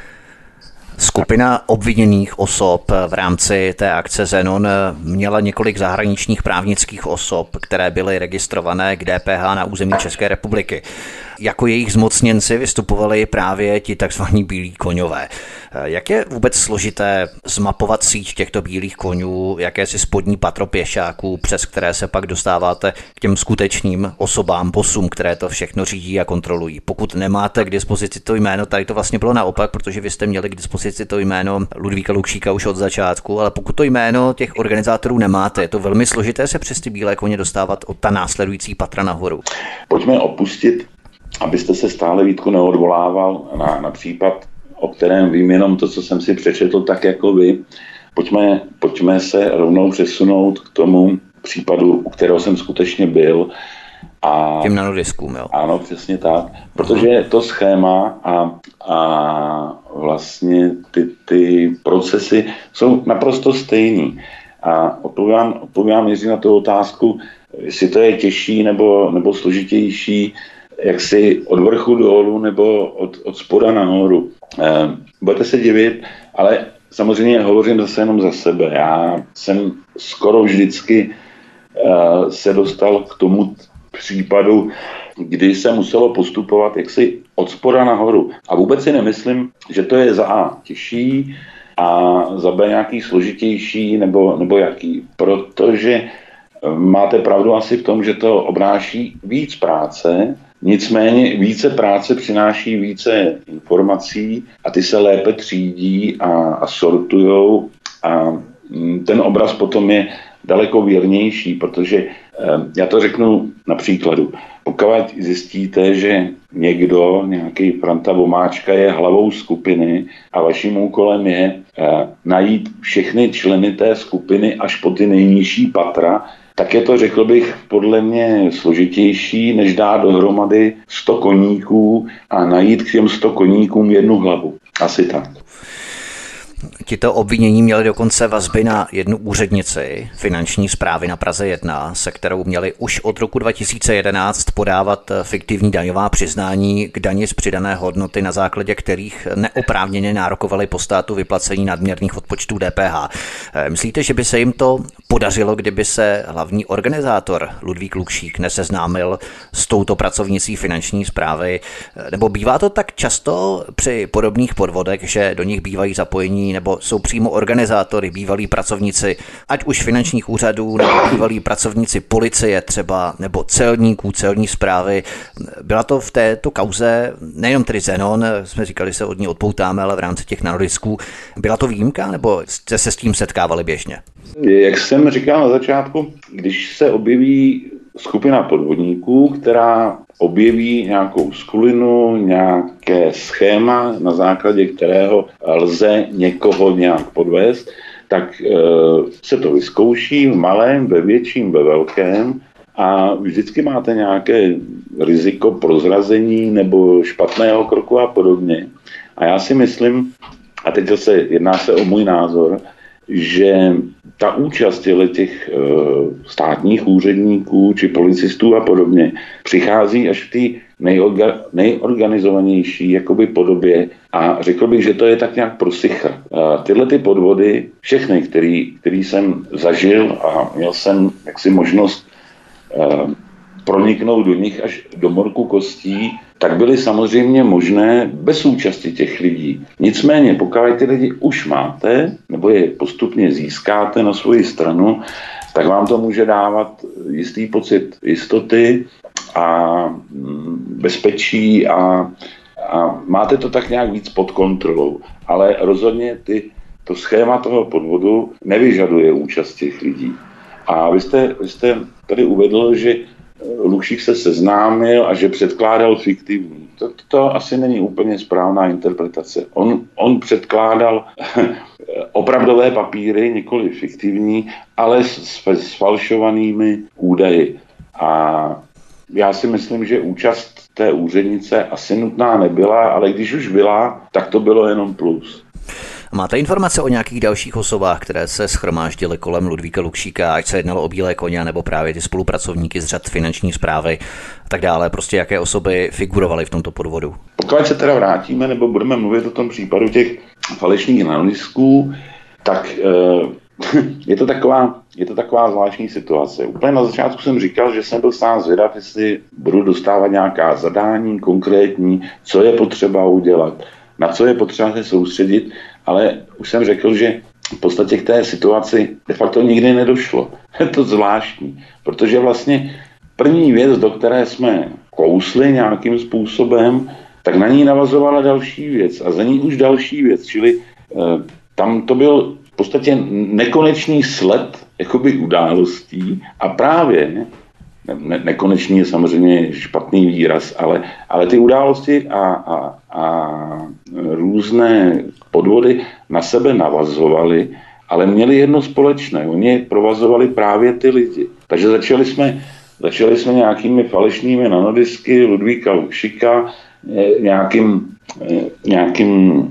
Skupina obviněných osob v rámci té akce Zenon měla několik zahraničních právnických osob, které byly registrované k DPH na území České republiky. Jako jejich zmocněnci vystupovali právě ti takzvaní bílí koňové. Jak je vůbec složité zmapovat síť těchto bílých koňů, jakési spodní patro pěšáků, přes které se pak dostáváte k těm skutečným osobám, bossům, které to všechno řídí a kontrolují? Pokud nemáte k dispozici to jméno, tady to vlastně bylo naopak, protože vy jste měli k dispozici to jméno Ludvíka Lukšíka už od začátku, ale pokud to jméno těch organizátorů nemáte, je to velmi složité se přes ty bílé koně dostávat od ta následující patra nahoru. Pojďme opustit, abyste se stále, Vítku, neodvolával na případ, o kterém vím jenom to, co jsem si přečetl, tak jako vy. Pojďme se rovnou přesunout k tomu případu, u kterého jsem skutečně byl. A těm nanodiskům, jo? Ano, přesně tak. Protože to schéma a vlastně ty procesy jsou naprosto stejný. A odpovídám Jiří na tu otázku, jestli to je těžší nebo složitější, jak si od vrchu dolů nebo od spoda nahoru. Budete se divit, ale samozřejmě hovořím zase jenom za sebe. Já jsem skoro vždycky se dostal k tomu případu, kdy se muselo postupovat jaksi od spoda nahoru. A vůbec si nemyslím, že to je za A těžší a za B nějaký složitější nebo jaký. Protože máte pravdu asi v tom, že to obnáší víc práce, nicméně více práce přináší více informací a ty se lépe třídí a sortujou a ten obraz potom je daleko věrnější, protože já to řeknu na příkladu. Pokud zjistíte, že nějaký Franta Vomáčka je hlavou skupiny a vaším úkolem je najít všechny členy té skupiny až po ty nejnižší patra, tak je to, řekl bych, podle mě složitější, než dát dohromady 100 koníků a najít k těm 100 koníkům jednu hlavu. Asi tak. Tito obvinění měli dokonce vazby na jednu úřednici finanční správy na Praze 1, se kterou měli už od roku 2011 podávat fiktivní daňová přiznání k dani z přidané hodnoty, na základě kterých neoprávněně nárokovali po státu vyplacení nadměrných odpočtů DPH. Myslíte, že by se jim to podařilo, kdyby se hlavní organizátor Ludvík Lukšík neseznámil s touto pracovnicí finanční správy? Nebo bývá to tak často při podobných podvodech, že do nich bývají zapojení nebo jsou přímo organizátory, bývalí pracovníci, ať už finančních úřadů, nebo bývalí pracovníci policie třeba, nebo celníků, celní správy. Byla to v této kauze, nejenom tedy Zenon, jsme říkali, se od ní odpoutáme, ale v rámci těch nanodisků, byla to výjimka, nebo jste se s tím setkávali běžně? Jak jsem říkal na začátku, když se objeví skupina podvodníků, která objeví nějakou skulinu, nějaké schéma, na základě kterého lze někoho nějak podvést, tak se to vyzkouší v malém, ve větším, ve velkém a vždycky máte nějaké riziko prozrazení nebo špatného kroku a podobně. A já si myslím, a teď zase jedná se o můj názor, že ta účast těch státních úředníků či policistů a podobně přichází až v té nejorganizovanější jakoby podobě a řekl bych, že to je tak nějak prosycha. Tyhle ty podvody, všechny, který jsem zažil a měl jsem jaksi možnost proniknout do nich až do morku kostí, tak byly samozřejmě možné bez účasti těch lidí. Nicméně, pokud ty lidi už máte, nebo je postupně získáte na svoji stranu, tak vám to může dávat jistý pocit jistoty a bezpečí a máte to tak nějak víc pod kontrolou. Ale rozhodně to schéma toho podvodu nevyžaduje účast těch lidí. A vy jste tady uvedl, že Lukšík se seznámil a že předkládal fiktivní. To asi není úplně správná interpretace. On předkládal opravdové papíry, nikoli fiktivní, ale s falšovanými údaji. A já si myslím, že účast té úřednice asi nutná nebyla, ale když už byla, tak to bylo jenom plus. Máte informace o nějakých dalších osobách, které se shromáždily kolem Ludvíka Lukšíka, ať se jednalo o Bílé koně, nebo právě ty spolupracovníky z řad finanční správy a tak dále? Prostě jaké osoby figurovaly v tomto podvodu? Pokud se teda vrátíme, nebo budeme mluvit o tom případu těch falešných analytiků, tak je to taková zvláštní situace. Úplně na začátku jsem říkal, že jsem byl sám zvědav, jestli budu dostávat nějaká zadání konkrétní, co je potřeba udělat, na co je potřeba se soustředit, ale už jsem řekl, že v podstatě k té situaci de facto nikdy nedošlo. Je to zvláštní, protože vlastně první věc, do které jsme kousli nějakým způsobem, tak na ní navazovala další věc a za ní už další věc, čili tam to byl v podstatě nekonečný sled jakoby událostí a právě nekonečný je samozřejmě špatný výraz, ale ty události a různé podvody na sebe navazovaly, ale měli jedno společné. Oni provazovali právě ty lidi. Takže začali jsme nějakými falešnými nanodisky Ludvíka Lukšíka, nějakým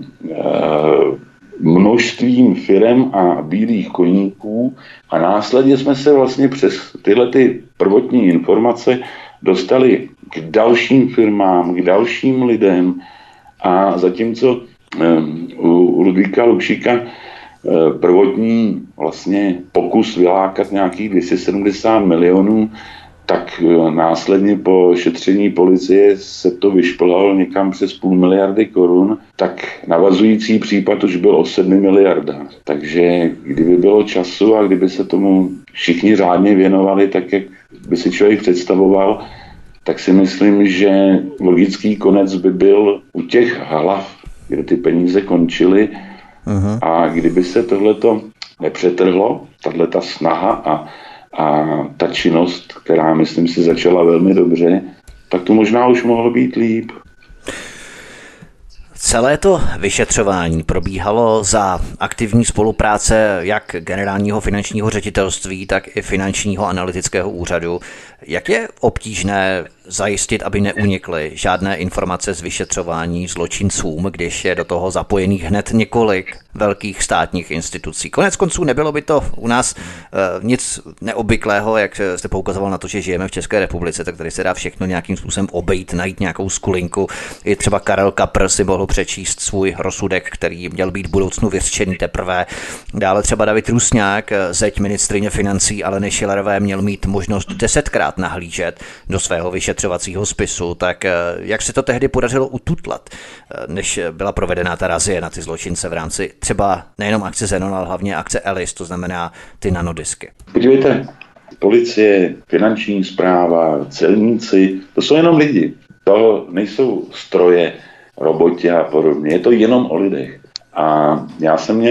množstvím firem a bílých koníků a následně jsme se vlastně přes tyhle ty prvotní informace dostali k dalším firmám, k dalším lidem a zatímco u Ludvíka Lukšíka prvotní vlastně pokus vylákat nějakých 270 milionů, tak následně po šetření policie se to vyšplhalo někam přes 500 miliardy korun, tak navazující případ už byl o 7 miliardách. Takže kdyby bylo času a kdyby se tomu všichni řádně věnovali, tak jak by si člověk představoval, tak si myslím, že logický konec by byl u těch hlav, kde ty peníze končily. A kdyby se tohleto nepřetrhlo, tato snaha a ta činnost, která, myslím si, začala velmi dobře, tak to možná už mohlo být líp. Celé to vyšetřování probíhalo za aktivní spolupráce jak generálního finančního ředitelství, tak i finančního analytického úřadu. Jak je obtížné zajistit, aby neunikly žádné informace z vyšetřování zločincům, když je do toho zapojených hned několik velkých státních institucí? Konec konců nebylo by to u nás nic neobvyklého, jak jste poukazoval na to, že žijeme v České republice, tak tady se dá všechno nějakým způsobem obejít, najít nějakou skulinku. I třeba Karel Kapr si mohl přečíst svůj rozsudek, který měl být v budoucnu vyřčený teprve. Dále třeba David Rusňák, zeď ministryně financí Aleny Schillerové, měl mít možnost 10krát nahlížet do svého vyšetřovacího spisu. Tak jak se to tehdy podařilo ututlat, než byla provedena ta razie na ty zločince v rámci třeba nejenom akce Zenon, ale hlavně akce Elis, to znamená ty nanodisky? Podívejte, policie, finanční správa, celníci, to jsou jenom lidi. To nejsou stroje, roboti a podobně. Je to jenom o lidech. A já jsem měl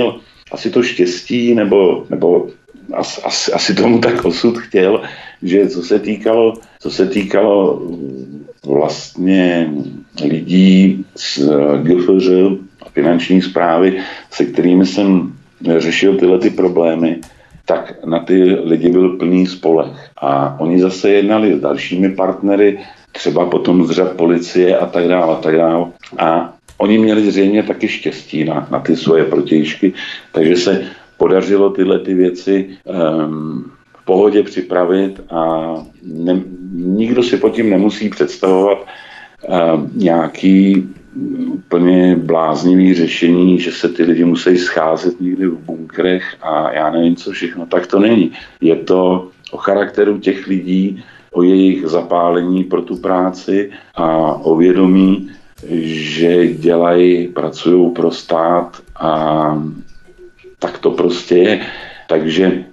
asi to štěstí, nebo asi tomu tak osud chtěl, že co se týkalo vlastně lidí z GFŘ, finanční správy, se kterými jsem řešil tyhle ty problémy, tak na ty lidi byl plný spoleh. A oni zase jednali s dalšími partnery, třeba potom z řad policie a tak dále. A oni měli zřejmě taky štěstí na ty svoje protějšky, takže se podařilo tyhle ty věci v pohodě připravit a nikdo si pod tím nemusí představovat nějaký úplně bláznivý řešení, že se ty lidi musí scházet někde v bunkrech a já nevím co všechno. Tak to není. Je to o charakteru těch lidí, o jejich zapálení pro tu práci a o vědomí, že pracují pro stát a tak to prostě je. Takže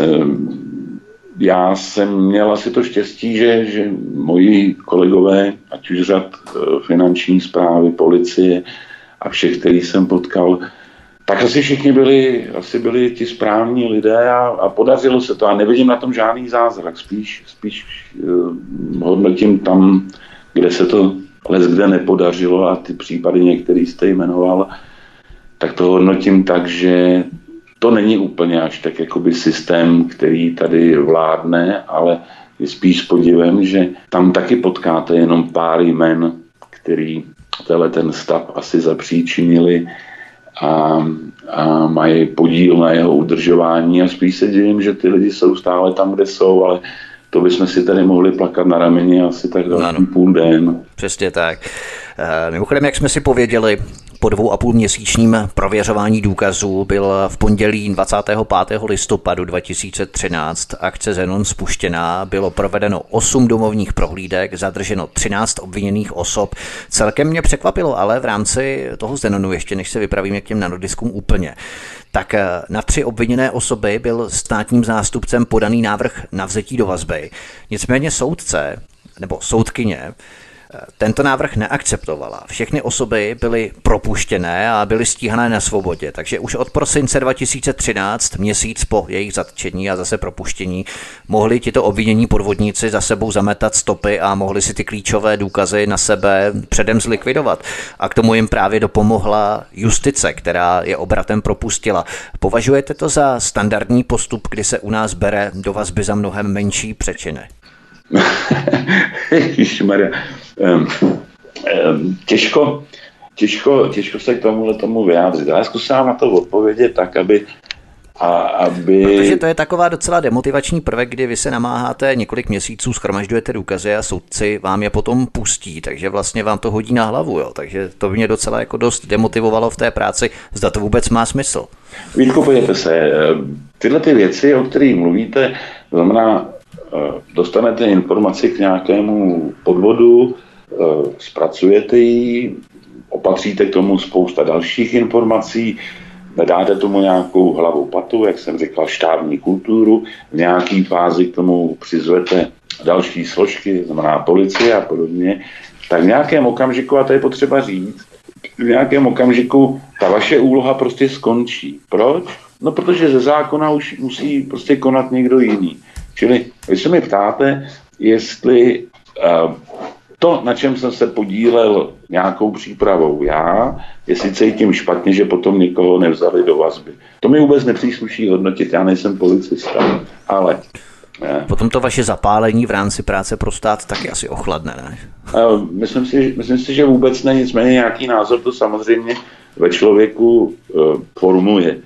já jsem měl asi to štěstí, že moji kolegové, ať už řad finanční správy, policie a všech, který jsem potkal, tak asi všichni byli ti správní lidé a podařilo se to. A nevidím na tom žádný zázrak. Spíš hodnotím tam, kde se to leckde nepodařilo a ty případy některý jste jmenoval, tak to hodnotím tak, že to není úplně až tak jakoby systém, který tady vládne, ale je spíš s podivem, že tam taky potkáte jenom pár jmen, který ten stav asi zapříčinili a mají podíl na jeho udržování a spíš se divím, že ty lidi jsou stále tam, kde jsou, ale to bychom si tady mohli plakat na rameni asi tak další půl den. Přesně tak. Mimochodem, jak jsme si pověděli, po 2,5měsíčním prověřování důkazů byl v pondělí 25. listopadu 2013 akce Zenon spuštěná, bylo provedeno 8 domovních prohlídek, zadrženo 13 obviněných osob. Celkem mě překvapilo, ale v rámci toho Zenonu, ještě než se vypravíme k těm nanodiskům úplně, tak na 3 obviněné osoby byl státním zástupcem podaný návrh na vzetí do vazby. Nicméně soudce nebo soudkyně tento návrh neakceptovala. Všechny osoby byly propuštěné a byly stíhané na svobodě, takže už od prosince 2013, měsíc po jejich zatčení a zase propuštění, mohli tito obvinění podvodníci za sebou zametat stopy a mohli si ty klíčové důkazy na sebe předem zlikvidovat. A k tomu jim právě dopomohla justice, která je obratem propustila. Považujete to za standardní postup, kdy se u nás bere do vazby za mnohem menší přečiny? Ježišmarja. Těžko se k tomu vyjádřit. Já zkusím na to odpovědět tak, aby... Protože to je taková docela demotivační prvek, kdy vy se namáháte několik měsíců, shromažďujete důkazy a soudci vám je potom pustí, takže vlastně vám to hodí na hlavu. Jo. Takže to by mě docela jako dost demotivovalo v té práci, zda to vůbec má smysl. Vítku, podívejte se, tyhle ty věci, o kterých mluvíte, znamená, dostanete informaci k nějakému podvodu, zpracujete ji, opatříte k tomu spousta dalších informací, dáte tomu nějakou hlavu patu, jak jsem říkal, štábní kulturu, v nějaké fázi k tomu přizvete další složky, znamená policie a podobně, tak v nějakém okamžiku, a to je potřeba říct, v nějakém okamžiku ta vaše úloha prostě skončí. Proč? No, protože ze zákona už musí prostě konat někdo jiný. Čili vy se mi ptáte, jestli to, na čem jsem se podílel nějakou přípravou já, jestli cítím špatně, že potom někoho nevzali do vazby. To mi vůbec nepřísluší hodnotit, já nejsem policista, ale... Potom to vaše zapálení v rámci práce pro stát taky asi ochladne, ne? Myslím si, že vůbec ne, nicméně nějaký názor to samozřejmě ve člověku formuje.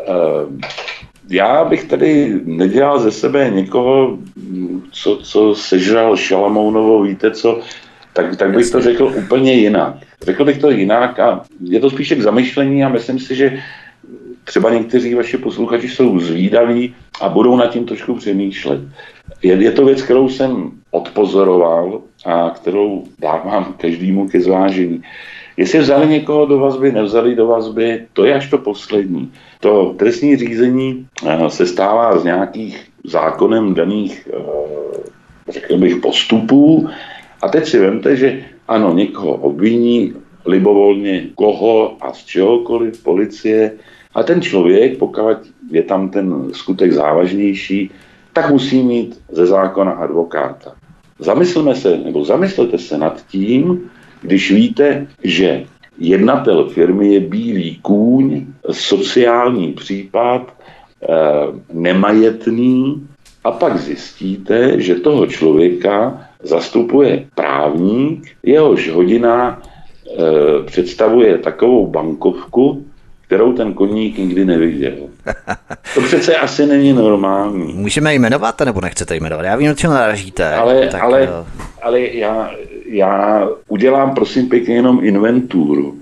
Já bych tady nedělal ze sebe někoho, co sežral Šalamounovo, víte co, tak bych to řekl úplně jinak. Řekl bych to jinak a je to spíše k zamyšlení a myslím si, že třeba někteří vaši posluchači jsou zvídaví a budou nad tím trošku přemýšlet. Je to věc, kterou jsem odpozoroval a kterou dávám každému ke zvážení. Jestli vzali někoho do vazby, nevzali do vazby, to je až to poslední. To trestní řízení se stává z nějakých zákonem daných, řekl bych, postupů. A teď si vemte, že ano, někoho obviní libovolně koho a z čehokoliv policie, A ten člověk, pokud je tam ten skutek závažnější, tak musí mít ze zákona advokáta. Zamyslete se nad tím, když víte, že jednatel firmy je bílý kůň, sociální případ, nemajetný, a pak zjistíte, že toho člověka zastupuje právník, jehož hodina představuje takovou bankovku, kterou ten koník nikdy neviděl. To přece asi není normální. Můžeme jmenovat, nebo nechcete jmenovat? Já vím, o čem narážíte. Ale já udělám, prosím pěkně, jenom inventuru.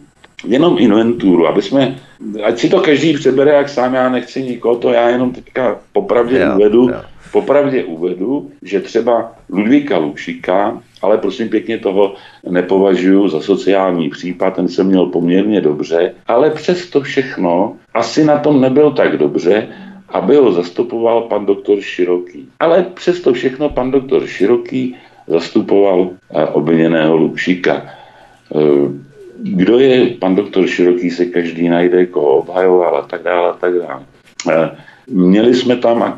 Ať si to každý přebere, jak sám, já nechci nikoho, to já jenom teďka popravdě uvedu, že třeba Ludvíka Lukšíka, ale prosím pěkně, toho nepovažuji za sociální případ, ten se měl poměrně dobře, ale přesto všechno asi na tom nebyl tak dobře, aby ho zastupoval pan doktor Široký. Ale přesto všechno pan doktor Široký zastupoval obviněného Lukšíka. Kdo je pan doktor Široký, se každý najde, koho obhajoval a tak dále. Měli jsme tam,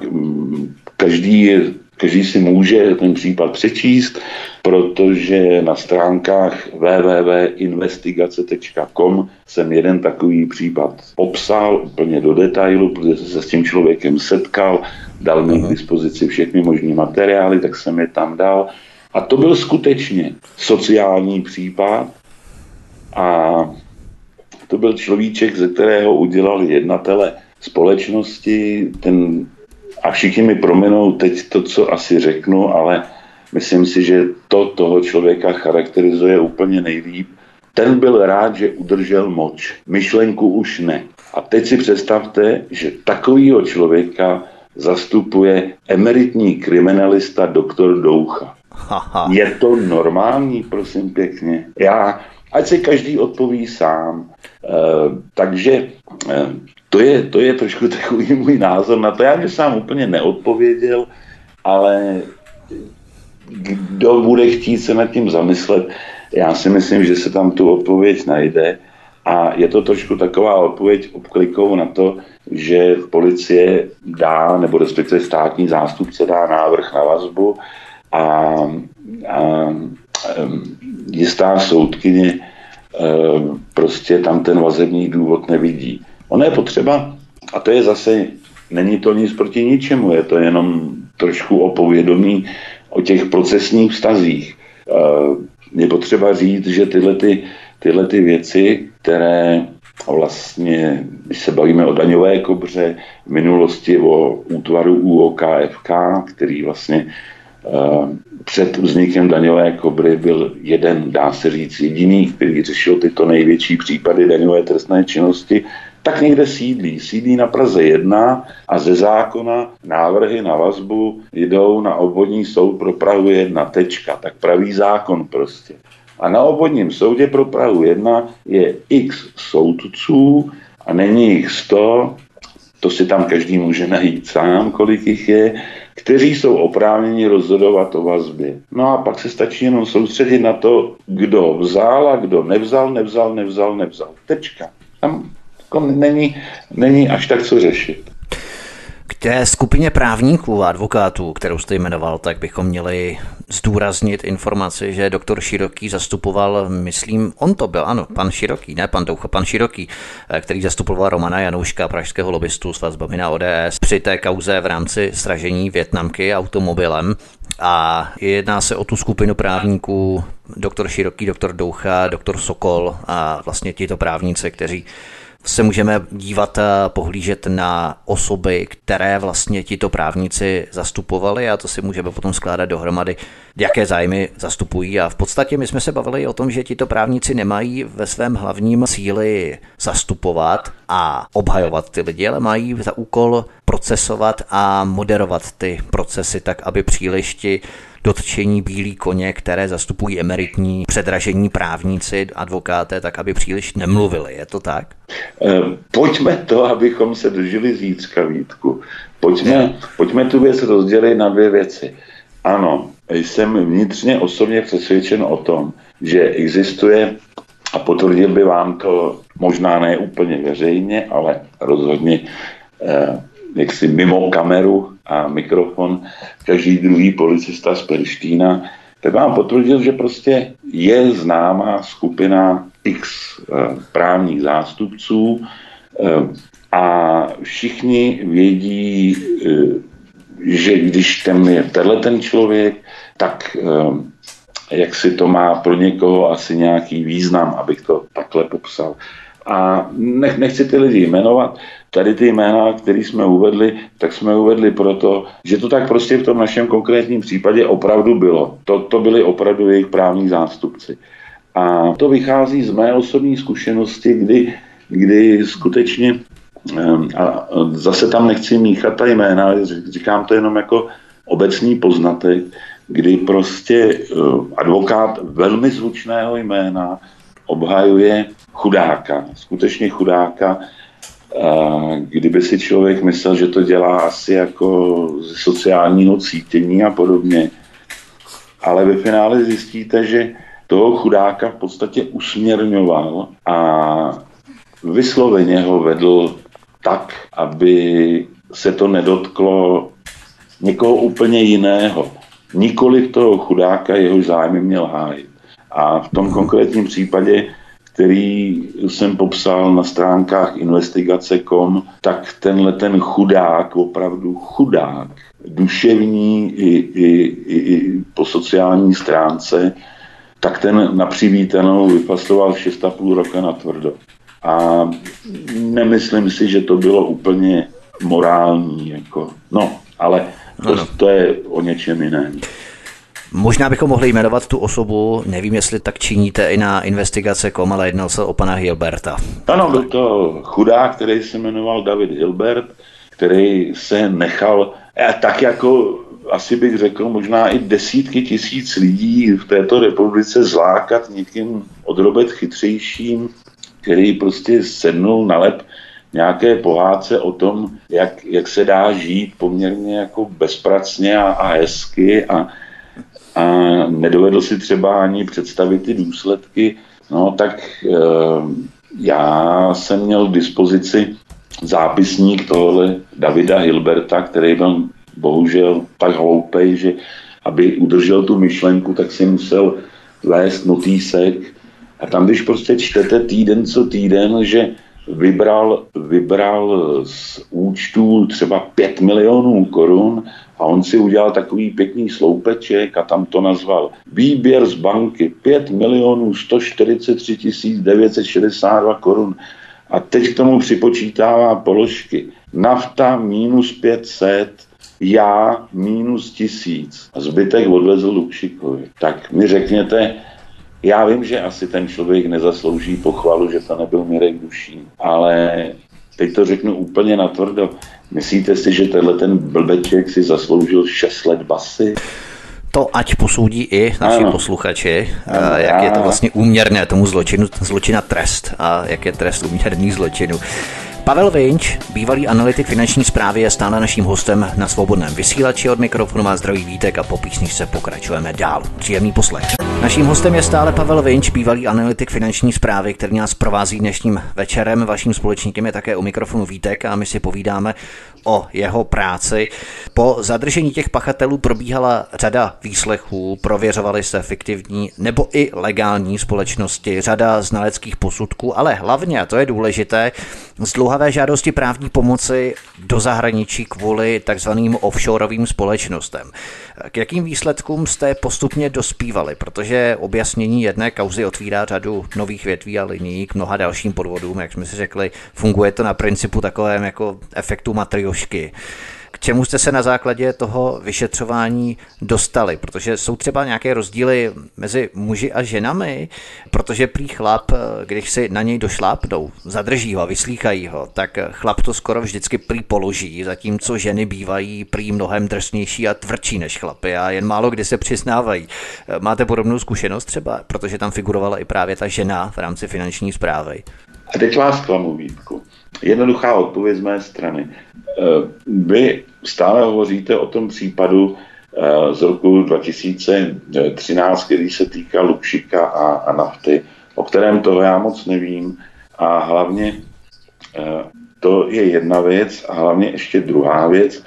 každý si může ten případ přečíst, protože na stránkách www.investigace.com jsem jeden takový případ popsal úplně do detailu, protože se s tím člověkem setkal, dal mi k dispozici všechny možné materiály, tak jsem je tam dal. A to byl skutečně sociální případ a to byl človíček, ze kterého udělali jednatele společnosti, a všichni mi prominou teď to, co asi řeknu, ale myslím si, že toho člověka charakterizuje úplně nejlíp. Ten byl rád, že udržel moč. Myšlenku už ne. A teď si představte, že takovýho člověka zastupuje emeritní kriminalista doktor Doucha. Je to normální, prosím pěkně? Ať si každý odpoví sám. Takže to je trošku takový můj názor na to. Já bych sám úplně neodpověděl, ale kdo bude chtít se nad tím zamyslet, já si myslím, že se tam tu odpověď najde. A je to trošku taková odpověď obklikou na to, že policie dá, nebo respektive státní zástupce dá návrh na vazbu a jistá soudkyně prostě tam ten vazební důvod nevidí. Ono je potřeba, a to je zase, není to nic proti ničemu, je to jenom trošku o povědomí o těch procesních vztazích. Je potřeba říct, že tyhle ty věci, které vlastně, když se bavíme o daňové Kobře, v minulosti o útvaru ÚOKFK, který vlastně před vznikem daňové Kobry byl jeden, dá se říct, jediný, který řešil tyto největší případy daňové trestné činnosti, tak někde sídlí. Sídlí na Praze 1 a ze zákona návrhy na vazbu jdou na obvodní soud pro Prahu 1. Tak pravý zákon prostě. A na obvodním soudě pro Prahu 1 je x soudců a není jich 100, to si tam každý může najít sám, kolik jich je, kteří jsou oprávněni rozhodovat o vazbě. No a pak se stačí jenom soustředit na to, kdo vzal a kdo nevzal. Tečka. Tam není až tak co řešit. K té skupině právníků a advokátů, kterou jste jmenoval, tak bychom měli zdůraznit informaci, že doktor Široký zastupoval, myslím, on to byl, ano, pan Široký, ne pan Doucha, pan Široký, který zastupoval Romana Janouška, pražského lobbystu s vazbami na ODS při té kauze v rámci sražení Vietnamky automobilem. A jedná se o tu skupinu právníků, doktor Široký, doktor Doucha, doktor Sokol a vlastně tito právníci, kteří se můžeme dívat a pohlížet na osoby, které vlastně tito právníci zastupovali, a to si můžeme potom skládat dohromady, jaké zájmy zastupují. A v podstatě my jsme se bavili o tom, že tito právníci nemají ve svém hlavním cíli zastupovat a obhajovat ty lidi, ale mají za úkol procesovat a moderovat ty procesy tak, aby příliš ti dotčení bílí koně, které zastupují emeritní předražení právníci, advokáté, tak aby příliš nemluvili. Je to tak? Pojďme to, abychom se dožili zítřka, Vítku. Pojďme tu věc rozdělit na dvě věci. Ano, jsem vnitřně osobně přesvědčen o tom, že existuje, a potvrdil by vám to možná ne úplně veřejně, ale rozhodně jaksi mimo kameru a mikrofon, každý druhý policista z Perštína, tak vám potvrdil, že prostě je známá skupina X právních zástupců a všichni vědí, že když tam je ten člověk, tak jak si to má pro někoho asi nějaký význam, abych to takhle popsal. A nechci ty lidi jmenovat, tady ty jména, které jsme uvedli, tak jsme uvedli proto, že to tak prostě v tom našem konkrétním případě opravdu bylo. To byli opravdu jejich právní zástupci. A to vychází z mé osobní zkušenosti, kdy skutečně, a zase tam nechci míchat ta jména, ale říkám to jenom jako obecný poznatek, kdy prostě advokát velmi zvučného jména obhajuje chudáka, skutečně chudáka, kdyby si člověk myslel, že to dělá asi jako ze sociálního cítění a podobně. Ale ve finále zjistíte, že toho chudáka v podstatě usměrňoval a vysloveně ho vedl tak, aby se to nedotklo někoho úplně jiného. Nikoliv toho chudáka, jehož zájmy měl hájit. A v tom konkrétním případě, který jsem popsal na stránkách investigace.com, tak ten chudák, opravdu chudák, duševní i po sociální stránce, tak ten na přivítanou vypasoval 6,5 roku na tvrdo. A nemyslím si, že to bylo úplně morální, jako, ale to je o něčem jiném. Možná bychom mohli jmenovat tu osobu, nevím, jestli tak činíte i na investigace.com, ale jednal se o pana Hilberta. Ano, byl to chudák, který se jmenoval David Hilbert, který se nechal, tak jako asi bych řekl, možná i desítky tisíc lidí v této republice zlákat někým odrobet chytřejším, který prostě sednul na lep nějaké pohádce o tom, jak se dá žít poměrně jako bezpracně a hezky a nedovedl si třeba ani představit ty důsledky, tak já jsem měl k dispozici zápisník tohle Davida Hilberta, který byl bohužel tak hloupej, že aby udržel tu myšlenku, tak si musel vést notýsek. A tam, když prostě čtete týden co týden, že vybral z účtu třeba 5 milionů korun a on si udělal takový pěkný sloupeček a tam to nazval výběr z banky 5 milionů 143 962 korun. A teď k tomu připočítává položky nafta minus 500, já minus 1000 a zbytek odvezl Lukšikovi. Tak mi řekněte, já vím, že asi ten člověk nezaslouží pochvalu, že to nebyl Mirek Dušín, ale teď to řeknu úplně natvrdo. Myslíte si, že ten blbeček si zasloužil 6 let basy? To ať posoudí i naši posluchači, jak je to vlastně úměrné tomu zločina trest a jak je trest úměrný zločinu. Pavel Vinč, bývalý analytik finanční správy, je stále naším hostem na Svobodném vysílači. Od mikrofonu má zdraví Vítek a po písničce pokračujeme dál. Příjemný poslech. Naším hostem je stále Pavel Vinč, bývalý analytik finanční správy, který nás provází dnešním večerem. Vaším společníkem je také u mikrofonu Vítek a my si povídáme o jeho práci. Po zadržení těch pachatelů probíhala řada výslechů, prověřovaly se fiktivní nebo i legální společnosti, řada znaleckých posudků, ale hlavně, a to je důležité, zdlouhavé žádosti právní pomoci do zahraničí kvůli takzvaným offshoreovým společnostem. K jakým výsledkům jste postupně dospívali? Protože objasnění jedné kauzy otvírá řadu nových větví a linií k mnoha dalším podvodům, jak jsme si řekli, funguje to na principu takovém jako efektu matriošky. K čemu jste se na základě toho vyšetřování dostali? Protože jsou třeba nějaké rozdíly mezi muži a ženami, protože prý chlap, když si na něj došlápnou, zadrží ho a vyslýchají ho, tak chlap to skoro vždycky prý položí, zatímco ženy bývají prý mnohem drsnější a tvrdší než chlapy a jen málo kdy se přiznávají. Máte podobnou zkušenost třeba, protože tam figurovala i právě ta žena v rámci finanční správy? A teď vás klamu, Vítku. Jednoduchá odpověď z mé strany. Vy stále hovoříte o tom případu z roku 2013, který se týká Lukšika a nafty, o kterém toho já moc nevím A hlavně to je jedna věc a hlavně ještě druhá věc.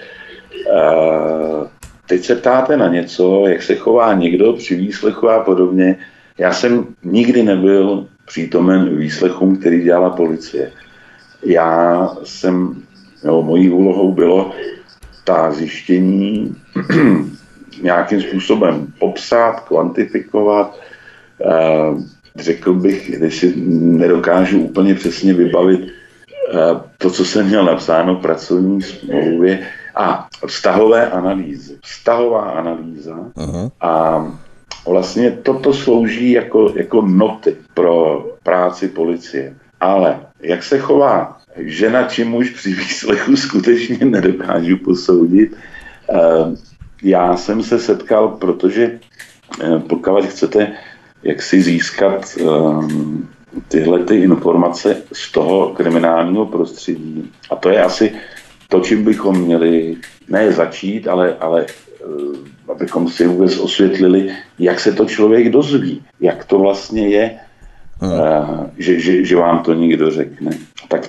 Teď se ptáte na něco, jak se chová někdo při výslechu a podobně. Já jsem nikdy nebyl přítomen výslechům, který dělala policie. Mojí úlohou bylo ta zjištění nějakým způsobem popsat, kvantifikovat. Řekl bych, když si nedokážu úplně přesně vybavit to, co jsem měl napsáno v pracovní smlouvě, vztahové analýzy. Vztahová analýza. Aha. A vlastně toto slouží jako noty pro práci policie. Ale jak se chová žena či muž při výslechu, skutečně nedokážu posoudit. Já jsem se setkal, protože pokud chcete jak si získat tyhle ty informace z toho kriminálního prostředí, a to je asi to, čím bychom měli ne začít, ale abychom si vůbec osvětlili, jak se to člověk dozví, jak to vlastně je, že vám to někdo řekne. Tak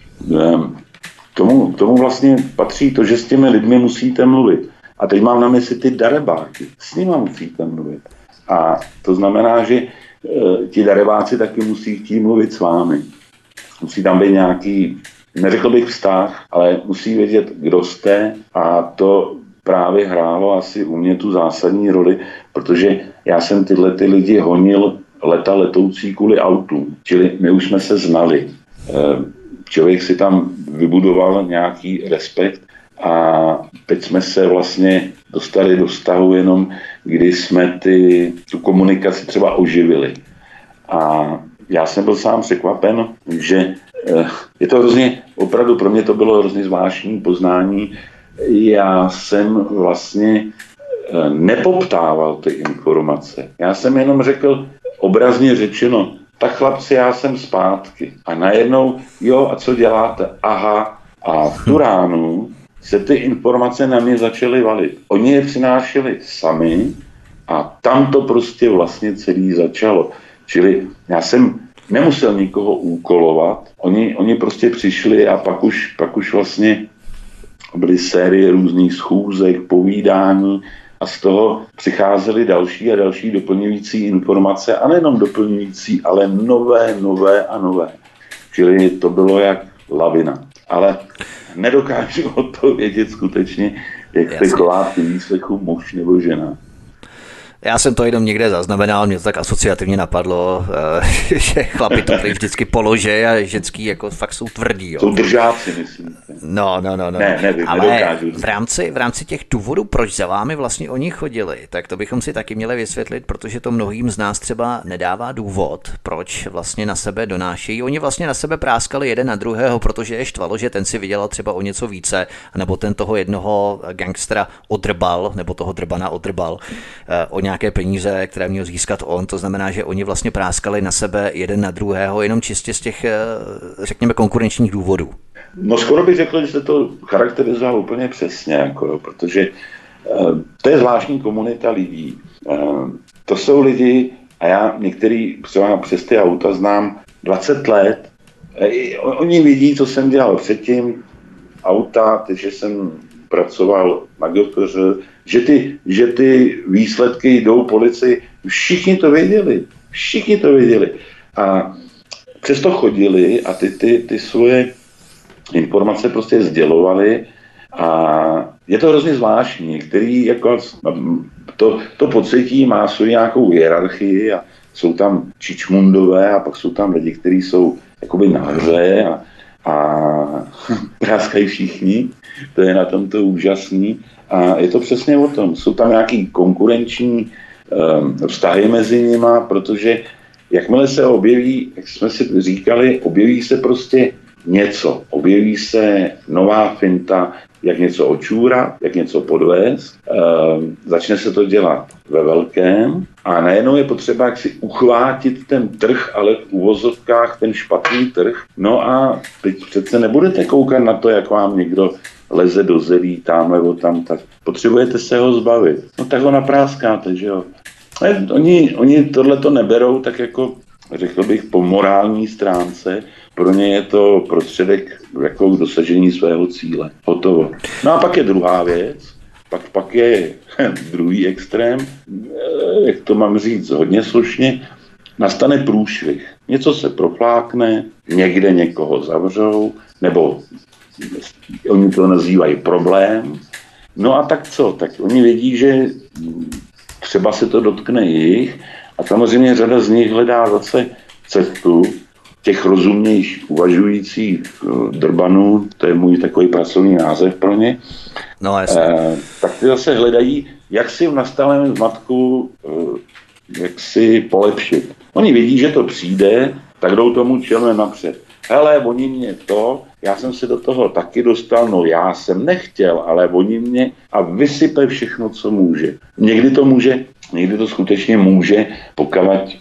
tomu vlastně patří to, že s těmi lidmi musíte mluvit. A teď mám na mysli ty darebáky. S nimi musíte mluvit. A to znamená, že ti darebáci taky musí chtít mluvit s vámi. Musí tam být nějaký, neřekl bych vztah, ale musí vědět, kdo jste, a to právě hrálo asi u mě tu zásadní roli, protože já jsem tyhle ty lidi honil leta letoucí kvůli autům. Čili my už jsme se znali. Člověk si tam vybudoval nějaký respekt a teď jsme se vlastně dostali do vztahu jenom, kdy jsme tu komunikaci třeba oživili. A já jsem byl sám překvapen, že je to hrozně, opravdu pro mě to bylo hrozně zvláštní poznání. Já jsem vlastně nepoptával ty informace. Já jsem jenom řekl, obrazně řečeno, tak chlapci, já jsem zpátky. A najednou, jo, a co děláte? Aha, a v tu ránu se ty informace na mě začaly valit. Oni je přinášeli sami a tam to prostě vlastně celý začalo. Čili já jsem nemusel nikoho úkolovat, oni prostě přišli a pak už vlastně byly série různých schůzek, povídání a z toho přicházely další a další doplňující informace a nejenom doplňující, ale nové a nové. Čili to bylo jak lavina. Ale nedokážu odpovědět skutečně, jak se chová v výslechu muž nebo žena. Já jsem to jenom někde zaznamenal, mě to tak asociativně napadlo, že chlapi to vždycky položí a ženský jako fakt jsou tvrdí. Jo. Jsou držáci, myslím. No. Nevím, ale v rámci těch důvodů, proč za vámi vlastně oni chodili, tak to bychom si taky měli vysvětlit, protože to mnohým z nás třeba nedává důvod, proč vlastně na sebe donášejí. Oni vlastně na sebe práskali jeden na druhého, protože je štvalo, že ten si vydělal třeba o něco více, nebo ten toho jednoho gangstra odrbal, nebo toho drbana odrbal o nějaké peníze, které měl získat on. To znamená, že oni vlastně práskali na sebe jeden na druhého, jenom čistě z těch, řekněme, konkurenčních důvodů. No skoro bych řekl, že se to charakterizoval úplně přesně, protože to je zvláštní komunita lidí. To jsou lidi, a já některý třeba přes ty auta znám 20 let. Oni vidí, co jsem dělal předtím, auta, že jsem pracoval na GFŘ, že ty výsledky jdou policii. Všichni to věděli. A přesto chodili a ty svoje informace prostě sdělovali a je to hrozně zvláštní. Některý jako to pocití má svou nějakou hierarchii a jsou tam čičmundové a pak jsou tam lidi, kteří jsou jakoby nahoře a práskají všichni. To je na tomto úžasný. A je to přesně o tom. Jsou tam nějaký konkurenční vztahy mezi nima, protože jakmile se objeví, jak jsme si říkali, objeví se prostě něco. Objeví se nová finta, jak něco očůrat, jak něco podvést. Začne se to dělat ve velkém a najednou je potřeba jak si uchvátit ten trh, ale v uvozovkách ten špatný trh. No a teď přece nebudete koukat na to, jak vám někdo leze do zelí tam nebo tam, tak potřebujete se ho zbavit. No tak ho napráskáte, že jo. Oni tohleto neberou tak jako, řekl bych, po morální stránce. pro ně je to prostředek jako k dosažení svého cíle. Hotovo. No a pak je druhá věc, pak je druhý extrém, jak to mám říct hodně slušně, nastane průšvih. Něco se proflákne, někde někoho zavřou, nebo oni to nazývají problém. No a tak co? Tak oni vědí, že třeba se to dotkne jich a samozřejmě řada z nich hledá zase cestu těch rozumnějších uvažujících drbanů, to je můj takový pracovní název pro ně, no, tak ty zase hledají, jak si v nastalém zmatku jak si polepšit. Oni vidí, že to přijde, tak jdou tomu čelem napřed. Hele, oni mě já jsem se do toho taky dostal, no já jsem nechtěl, ale oni mě a vysype všechno, co může. Někdy to skutečně může, pokud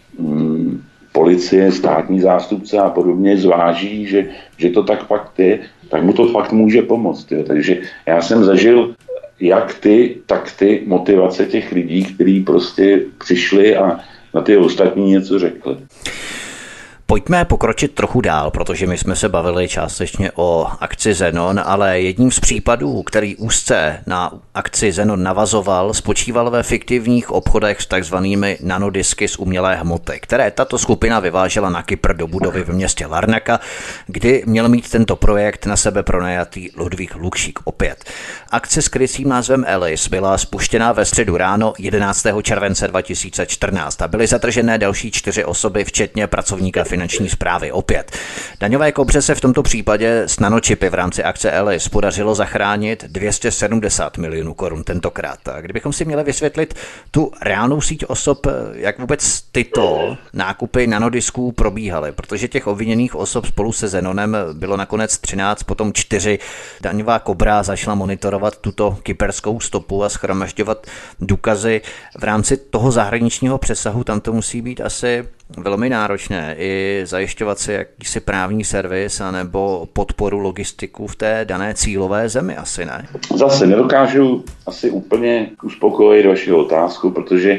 policie, státní zástupce a podobně zváží, že to tak fakt je, tak mu to fakt může pomoct. Jo. Takže já jsem zažil jak tak ty motivace těch lidí, kteří prostě přišli a na ty ostatní něco řekli. Pojďme pokročit trochu dál, protože my jsme se bavili částečně o akci Zenon, ale jedním z případů, který úzce na akci Zenon navazoval, spočíval ve fiktivních obchodech s takzvanými nanodisky z umělé hmoty, které tato skupina vyvážela na Kypr do budovy v městě Larnaca, kdy měl mít tento projekt na sebe pronajatý Ludvík Lukšík opět. Akce s krycím názvem Alice byla spuštěna ve středu ráno 11. července 2014 a byly zadržené další 4 osoby, včetně pracovníka finanční správy opět. Daňové Kobře se v tomto případě s nanočipy v rámci akce Alice podařilo zachránit 270 milionů korun tentokrát. A kdybychom si měli vysvětlit tu reálnou síť osob, jak vůbec tyto nákupy nanodisků probíhaly, protože těch obviněných osob spolu se Zenonem bylo nakonec 13, potom 4. Daňová Kobra začala monitorovat tuto kyperskou stopu a shromažďovat důkazy v rámci toho zahraničního přesahu. Tam to musí být asi velmi náročné i zajišťovat si jakýsi právní servis anebo podporu logistiku v té dané cílové zemi, asi ne? Zase nedokážu asi úplně uspokojit vaši otázku, protože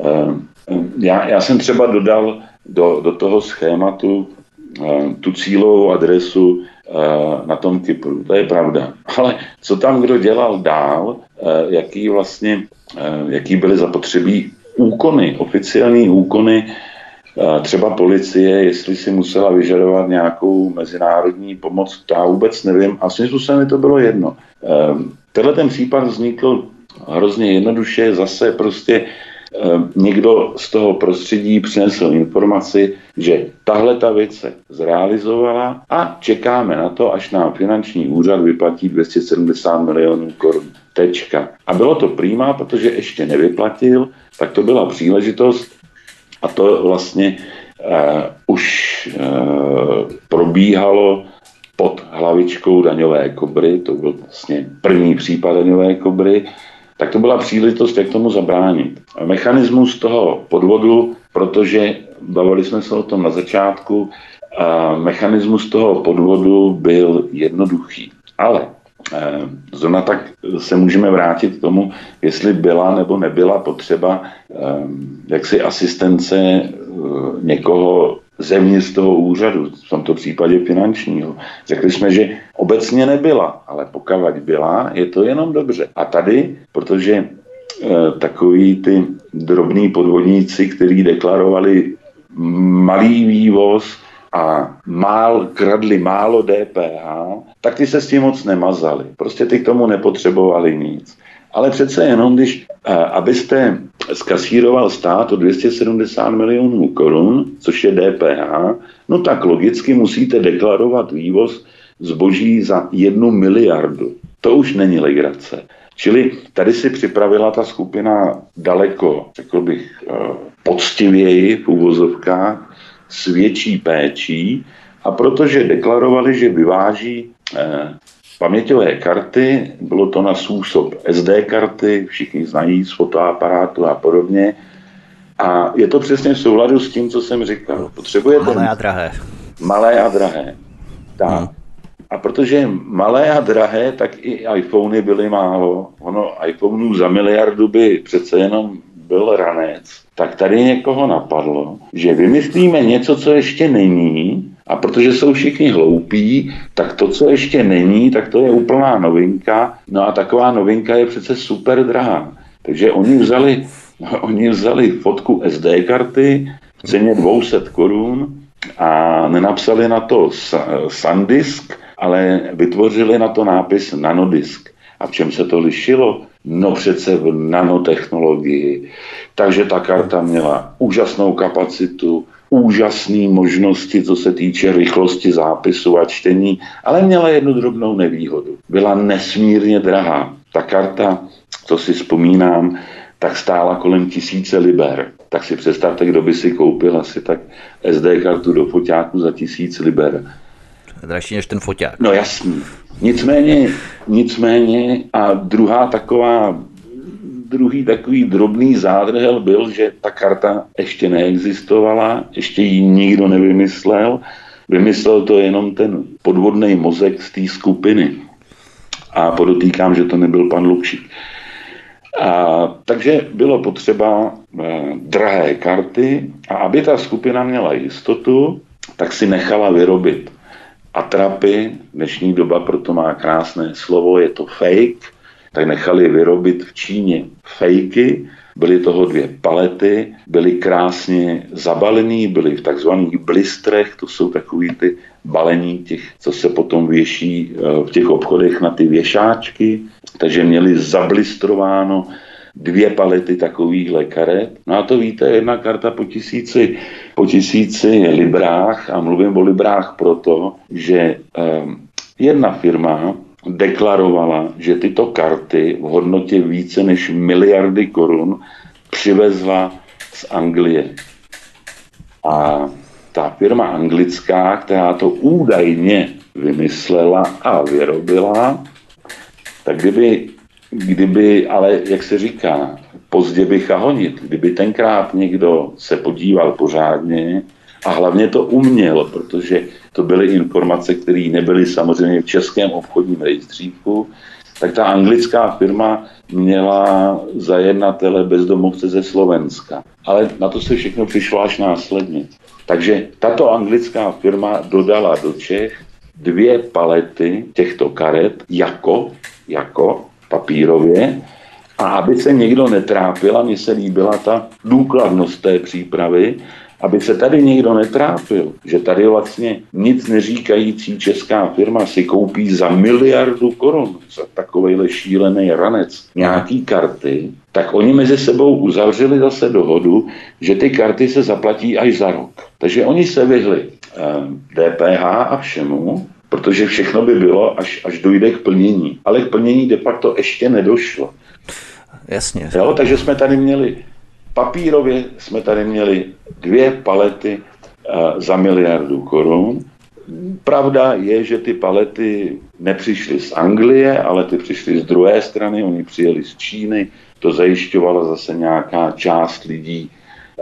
já jsem třeba dodal do toho schématu tu cílovou adresu na tom Kypru, to je pravda. Ale co tam kdo dělal dál, jaký byly zapotřebí úkony, oficiální úkony, třeba policie, jestli si musela vyžadovat nějakou mezinárodní pomoc, já vůbec nevím. A svým způsobem mi to bylo jedno. Tenhle ten případ vznikl hrozně jednoduše, zase prostě někdo z toho prostředí přinesl informaci, že tahle ta věc se zrealizovala a čekáme na to, až nám finanční úřad vyplatí 270 milionů korun. Tečka. A bylo to prima, protože ještě nevyplatil, tak to byla příležitost. A to vlastně už probíhalo pod hlavičkou Daňové Kobry, to byl vlastně první případ Daňové Kobry, tak to byla příležitost, jak tomu zabránit. Mechanismus toho podvodu, protože bavili jsme se o tom na začátku, mechanismus toho podvodu byl jednoduchý. Ale zrovna tak se můžeme vrátit k tomu, jestli byla nebo nebyla potřeba jaksi asistence někoho zevnitř toho úřadu, v tomto případě finančního. Řekli jsme, že obecně nebyla, ale pokud byla, je to jenom dobře. A tady, protože takový ty drobní podvodníci, kteří deklarovali malý vývoz a kradli málo DPH, tak ty se s tím moc nemazali. Prostě ty k tomu nepotřebovali nic. Ale přece jenom, abyste skasíroval stát o 270 milionů korun, což je DPH, no tak logicky musíte deklarovat vývoz zboží za 1 miliardu. To už není legrace. Čili tady si připravila ta skupina daleko, řekl bych, poctivěji v uvozovkách, s větší péčí, a protože deklarovali, že vyváží paměťové karty, bylo to na způsob SD karty, všichni znají z fotoaparátu a podobně. A je to přesně v souladu s tím, co jsem říkal. Potřebujete malé a drahé. Malé a drahé. Tak. A protože malé a drahé, tak i iPhony byly málo. Ono iPhoneů za miliardu by přece jenom byl ranec. Tak tady někoho napadlo, že vymyslíme něco, co ještě není, A protože jsou všichni hloupí, tak to, co ještě není, tak to je úplná novinka. No a taková novinka je přece super drahá. Takže oni vzali fotku SD karty v ceně 200 korun a nenapsali na to SanDisk, ale vytvořili na to nápis Nanodisk. A v čem se to lišilo? No přece v nanotechnologii. Takže ta karta měla úžasnou kapacitu, úžasné možnosti, co se týče rychlosti zápisu a čtení, ale měla jednu drobnou nevýhodu. Byla nesmírně drahá. Ta karta, co si vzpomínám, tak stála kolem 1000 liber. Tak si představte, kdo by si koupil asi tak SD kartu do foťáku za 1000 liber. Dražší než ten foťák. No jasný. Nicméně a druhý takový drobný zádrhel byl, že ta karta ještě neexistovala, ještě ji nikdo nevymyslel. Vymyslel to jenom ten podvodný mozek z té skupiny. A podotýkám, že to nebyl pan Lukšík. Takže bylo potřeba drahé karty a aby ta skupina měla jistotu, tak si nechala vyrobit atrapy, dnešní doba proto má krásné slovo, je to fake, tak nechali vyrobit v Číně fejky, byly toho 2 palety, byly krásně zabalený, byly v takzvaných blistrech, to jsou takový ty balení těch, co se potom věší v těch obchodech na ty věšáčky, takže měli zablistrováno 2 palety takovýchhle karet. No a to víte, jedna karta po tisíci librách, a mluvím o librách proto, že jedna firma deklarovala, že tyto karty v hodnotě více než miliardy korun přivezla z Anglie. A ta firma anglická, která to údajně vymyslela a vyrobila, tak kdyby, ale jak se říká, pozdě bych a honit, kdyby tenkrát někdo se podíval pořádně a hlavně to uměl, protože to byly informace, které nebyly samozřejmě v českém obchodním rejstříku, tak ta anglická firma měla za jednatele bezdomovce ze Slovenska. Ale na to se všechno přišlo až následně. Takže tato anglická firma dodala do Čech 2 palety těchto karet jako papírově. A aby se někdo netrápil, a mně se líbila ta důkladnost té přípravy, aby se tady někdo netrápil, že tady vlastně nic neříkající česká firma si koupí za 1 miliardu korun, za takovejhle šílený ranec, nějaký karty, tak oni mezi sebou uzavřeli zase dohodu, že ty karty se zaplatí až za rok. Takže oni se vyhli DPH a všemu, protože všechno by bylo, až dojde k plnění. Ale k plnění de facto ještě nedošlo. Jasně. Jo, takže jsme tady měli papírově, jsme tady měli 2 palety za 1 miliardu korun. Pravda je, že ty palety nepřišly z Anglie, ale ty přišly z druhé strany, oni přijeli z Číny, to zajišťovala zase nějaká část lidí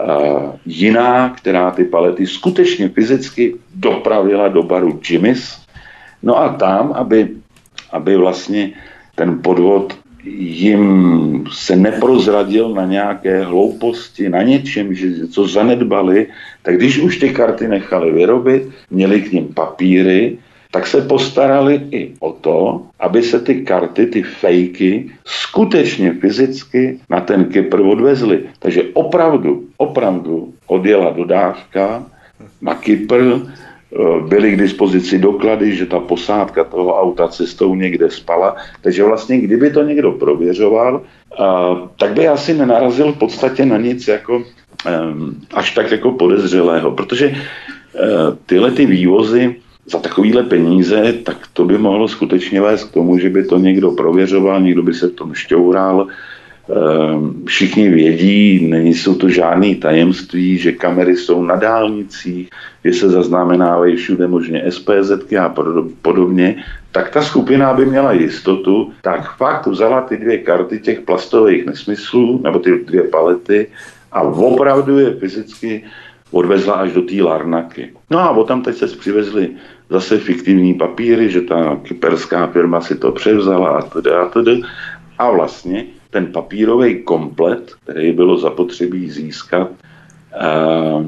jiná, která ty palety skutečně fyzicky dopravila do baru Jimmy's. No a tam, aby vlastně ten podvod jim se neprozradil na nějaké hlouposti, na něčem, že co zanedbali, tak když už ty karty nechali vyrobit, měli k nim papíry, tak se postarali i o to, aby se ty karty, ty fejky, skutečně fyzicky na ten Kypr odvezly. Takže opravdu odjela dodávka na Kypr, byly k dispozici doklady, že ta posádka toho auta cestou někde spala. Takže vlastně, kdyby to někdo prověřoval, tak by asi nenarazil v podstatě na nic jako, až tak jako podezřelého. Protože tyhle ty vývozy za takovýhle peníze, tak to by mohlo skutečně vést k tomu, že by to někdo prověřoval, někdo by se v tom šťoural. Všichni vědí, jsou to žádný tajemství, že kamery jsou na dálnicích, že se zaznamenávají všude možně SPZky a podobně, tak ta skupina by měla jistotu, tak fakt vzala ty 2 karty těch plastových nesmyslů, nebo ty 2 palety a opravdu je fyzicky odvezla až do té Larnaky. No a tam teď se přivezli zase fiktivní papíry, že ta kyperská firma si to převzala a tedy. A vlastně ten papírový komplet, který bylo zapotřebí získat,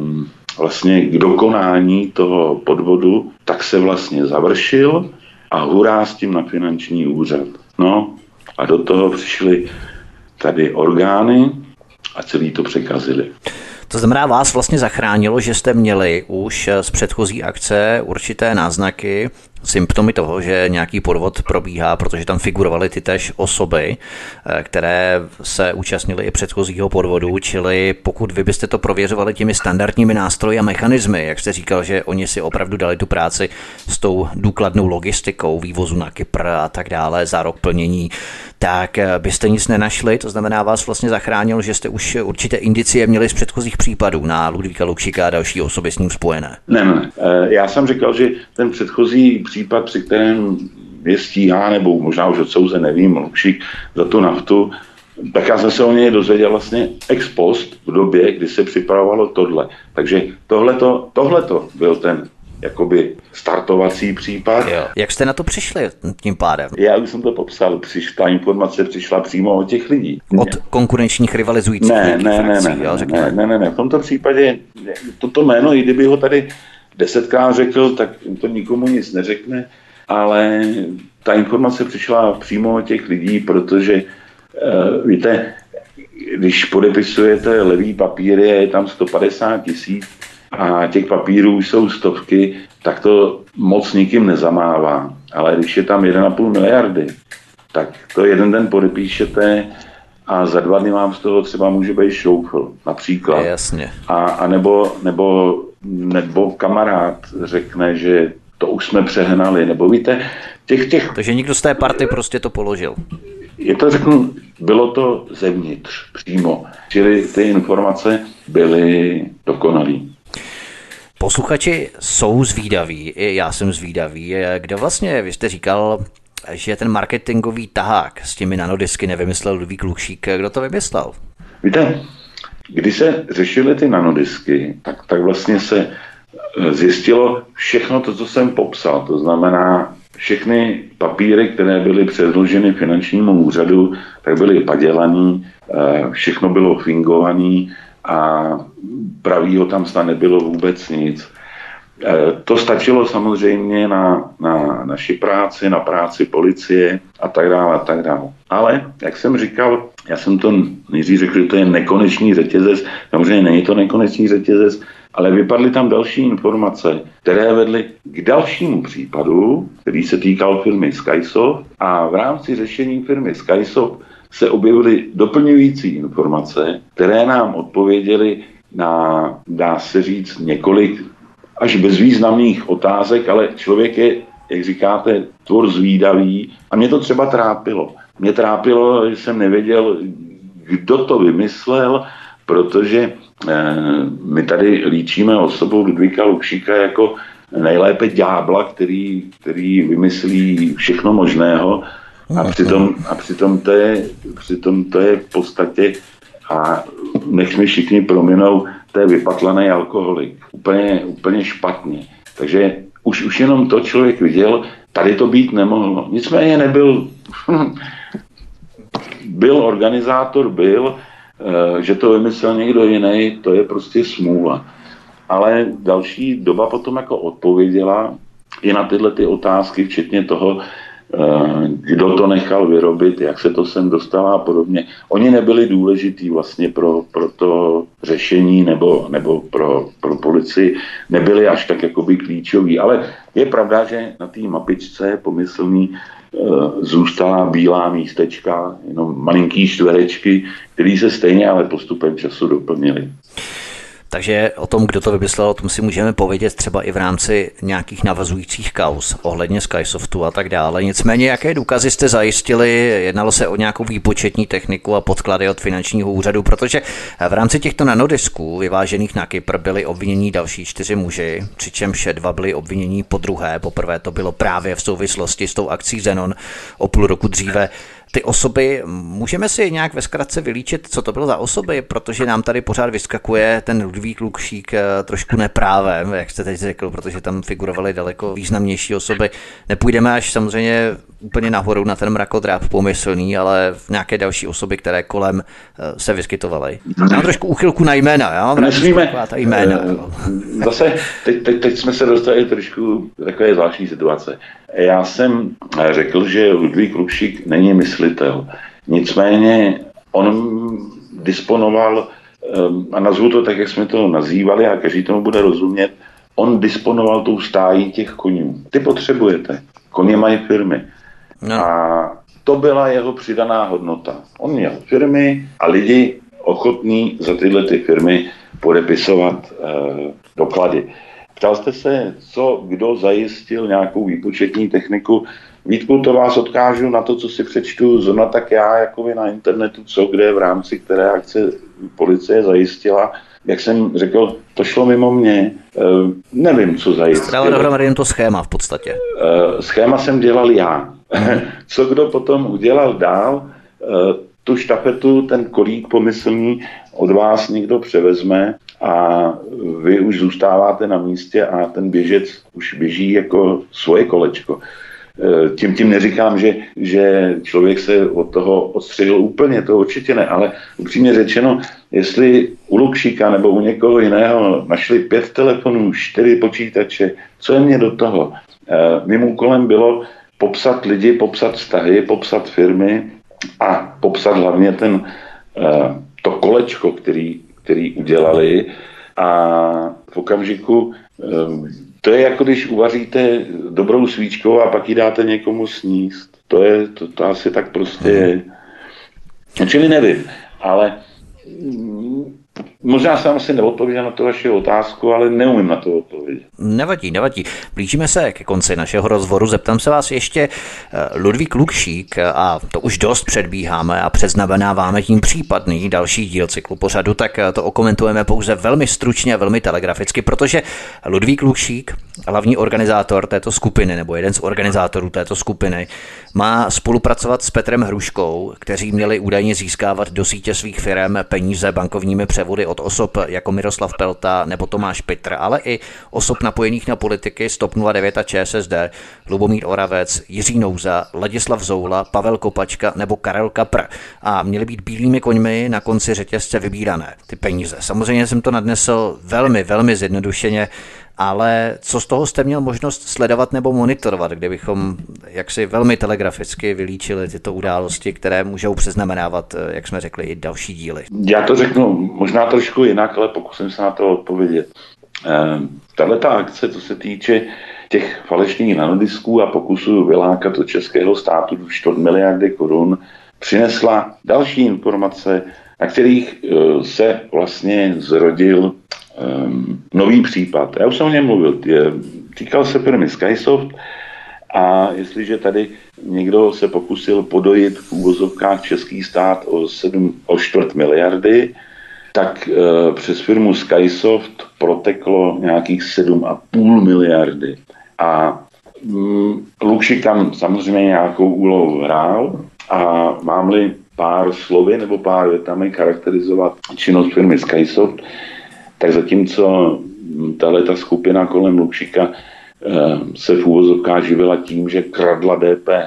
vlastně k dokonání toho podvodu, tak se vlastně završil a hurá s tím na finanční úřad. No a do toho přišly tady orgány a celý to překazili. To znamená, vás vlastně zachránilo, že jste měli už z předchozí akce určité náznaky, symptomy toho, že nějaký podvod probíhá, protože tam figurovaly ty též osoby, které se účastnily i předchozího podvodu, čili pokud vy byste to prověřovali těmi standardními nástroji a mechanismy, jak jste říkal, že oni si opravdu dali tu práci s tou důkladnou logistikou vývozu na Kypr a tak dále, za rok plnění, tak byste nic nenašli, to znamená, vás vlastně zachránil, že jste už určité indicie měli z předchozích případů na Ludvíka Lukšíka a další osoby s ním spojené. Ne. Já jsem říkal, že ten předchozí případ, při kterém je stíhá, nebo možná už odsouzen, nevím, Lukšík za tu naftu, tak já jsem se o něj dozvěděl vlastně ex post v době, kdy se připravovalo tohle. Takže tohleto byl ten jakoby startovací případ. Jo. Jak jste na to přišli tím pádem? Já už jsem to popsal, ta informace přišla přímo od těch lidí. Od konkurenčních rivalizujících frakcí, ne. V tomto případě toto jméno, i kdyby ho tady 10krát řekl, tak to nikomu nic neřekne, ale ta informace přišla přímo od těch lidí, protože víte, když podepisujete levý papíry, je tam 150 000 a těch papírů jsou stovky, tak to moc nikým nezamává. Ale když je tam 1,5 miliardy, tak to jeden den podepíšete a za 2 dny vám z toho třeba může být šoufl, například. Jasně. A nebo kamarád řekne, že to už jsme přehnali, nebo víte, těch... Takže někdo z té party prostě to položil. Bylo to zevnitř přímo, čili ty informace byly dokonalý. Posluchači jsou zvídaví, i já jsem zvídavý. Kde vlastně, vy jste říkal, že ten marketingový tahák s těmi nanodisky nevymyslel Ludvík Lukšík. Kdo to vymyslel? Víte, když se řešily ty nanodisky, tak vlastně se zjistilo všechno to, co jsem popsal. To znamená, všechny papíry, které byly předloženy finančnímu úřadu, tak byly padělaný, všechno bylo fingovaný a pravýho tam snad nebylo vůbec nic. To stačilo samozřejmě na naši práci, na práci policie a tak dále, a tak dále. Ale, jak jsem říkal, já jsem to nejdřív řekl, že to je nekonečný řetězec, samozřejmě není to nekonečný řetězec, ale vypadly tam další informace, které vedly k dalšímu případu, který se týkal firmy Skysoft, a v rámci řešení firmy Skysoft se objevily doplňující informace, které nám odpověděly na, dá se říct, několik až bezvýznamných otázek, ale člověk je, jak říkáte, tvor zvídavý a mě to třeba trápilo. Mě trápilo, že jsem nevěděl, kdo to vymyslel, protože my tady líčíme osobou Ludvíka Lukšíka jako nejlépe ďábla, který vymyslí všechno možného a přitom to je v podstatě, a nech mi všichni prominou, to je vypatlaný alkoholik. Úplně špatně. Takže už jenom to člověk viděl, tady to být nemohlo. Nicméně byl organizátor, že to vymyslel někdo jiný, to je prostě smůla. Ale další doba potom jako odpověděla i na tyhle ty otázky, včetně toho, kdo to nechal vyrobit, jak se to sem dostává a podobně. Oni nebyli důležitý vlastně pro to řešení nebo pro policii, nebyli až tak jakoby klíčoví. Ale je pravda, že na té mapičce pomyslný zůstala bílá místečka, jenom malinký čtverečky, které se stejně ale postupem času doplnily. Takže o tom, kdo to vymyslel, o tom si můžeme povědět třeba i v rámci nějakých navazujících kauz ohledně Skysoftu a tak dále. Nicméně, jaké důkazy jste zajistili? Jednalo se o nějakou výpočetní techniku a podklady od finančního úřadu, protože v rámci těchto nanodisků vyvážených na Kypr byli obvinění další 4 muži, přičemž 2 byli obvinění podruhé. Poprvé to bylo právě v souvislosti s tou akcí Zenon o půl roku dříve. Ty osoby, můžeme si nějak ve zkratce vylíčit, co to bylo za osoby, protože nám tady pořád vyskakuje ten Ludvík Lukšík trošku neprávem, jak jste teď řekl, protože tam figurovaly daleko významnější osoby. Nepůjdeme až samozřejmě úplně nahoru na ten mrakodrap pomyslný, ale v nějaké další osoby, které kolem se vyskytovaly. Mám trošku úchylku na jména, jo? Nesmíme. Zase, teď jsme se dostali trošku takové zvláštní situace. Já jsem řekl, že Ludvík Lukšík není myslitel. Nicméně on disponoval, a nazvu to tak, jak jsme to nazývali, a každý tomu bude rozumět, on disponoval tou stájí těch koní. Ty potřebujete. Koně mají firmy. No. A to byla jeho přidaná hodnota. On měl firmy a lidi ochotní za tyhle ty firmy podepisovat doklady. Ptal jste se, kdo zajistil nějakou výpočetní techniku. Vítku, to vás odkážu na to, co si přečtu zrovna tak já, jakoby na internetu, kde v rámci které akce policie zajistila. Jak jsem řekl, to šlo mimo mě. Nevím, co zajistil. Dával dohromady jen to schéma v podstatě. Schéma jsem dělal já. Co kdo potom udělal dál, tu štafetu, ten kolík pomyslný od vás někdo převezme a vy už zůstáváte na místě a ten běžec už běží jako svoje kolečko. Tím neříkám, že člověk se od toho odstřelil úplně, to určitě ne, ale upřímně řečeno, jestli u Lukšíka nebo u někoho jiného našli 5 telefonů, 4 počítače, co je mě do toho? Mým úkolem bylo popsat lidi, popsat vztahy, popsat firmy a popsat hlavně to kolečko, který udělali, a v okamžiku to je jako když uvaříte dobrou svíčkou a pak ji dáte někomu sníst. To asi tak prostě je. Čili nevím, ale možná jsem asi neodpověděl na tu vaši otázku, ale neumím na to odpovědět. Nevadí. Blížíme se ke konci našeho rozhovoru. Zeptám se vás ještě, Ludvík Lukšík, a to už dost předbíháme a předznamenáváme tím případný další díl cyklu pořadu, tak to okomentujeme pouze velmi stručně a velmi telegraficky, protože Ludvík Lukšík, hlavní organizátor této skupiny, nebo jeden z organizátorů této skupiny, má spolupracovat s Petrem Hruškou, kteří měli údajně získávat do sítě svých firem peníze bankovními převody od osob jako Miroslav Pelta nebo Tomáš Pitr, ale i osob napojených na politiky z TOP 09 a ČSSD, Lubomír Oravec, Jiří Nouza, Ladislav Zoula, Pavel Kopačka nebo Karel Kapr. A měly být bílými koňmi na konci řetězce vybírané ty peníze. Samozřejmě jsem to nadnesl velmi, velmi zjednodušeně, ale co z toho jste měl možnost sledovat nebo monitorovat, kdybychom jaksi velmi telegraficky vylíčili tyto události, které můžou přeznamenávat, jak jsme řekli, i další díly? Já to řeknu možná trošku jinak, ale pokusím se na to odpovědět. Tahleta akce, co se týče těch falešných nanodisků a pokusu vylákat od českého státu 4 miliardy korun, přinesla další informace, na kterých se vlastně zrodil nový případ. Já už jsem o něm mluvil. Týkal se firmy Skysoft, a jestliže tady někdo se pokusil podojit v úvozovkách český stát o 4 miliardy, tak přes firmu Skysoft proteklo nějakých 7,5 miliardy. A Lukšík tam samozřejmě nějakou úlohu hrál, a mám-li pár slovy nebo pár větami charakterizovat činnost firmy Skysoft, tak zatímco tahleta skupina kolem Lukšíka se v úvozovkách živila tím, že kradla DPH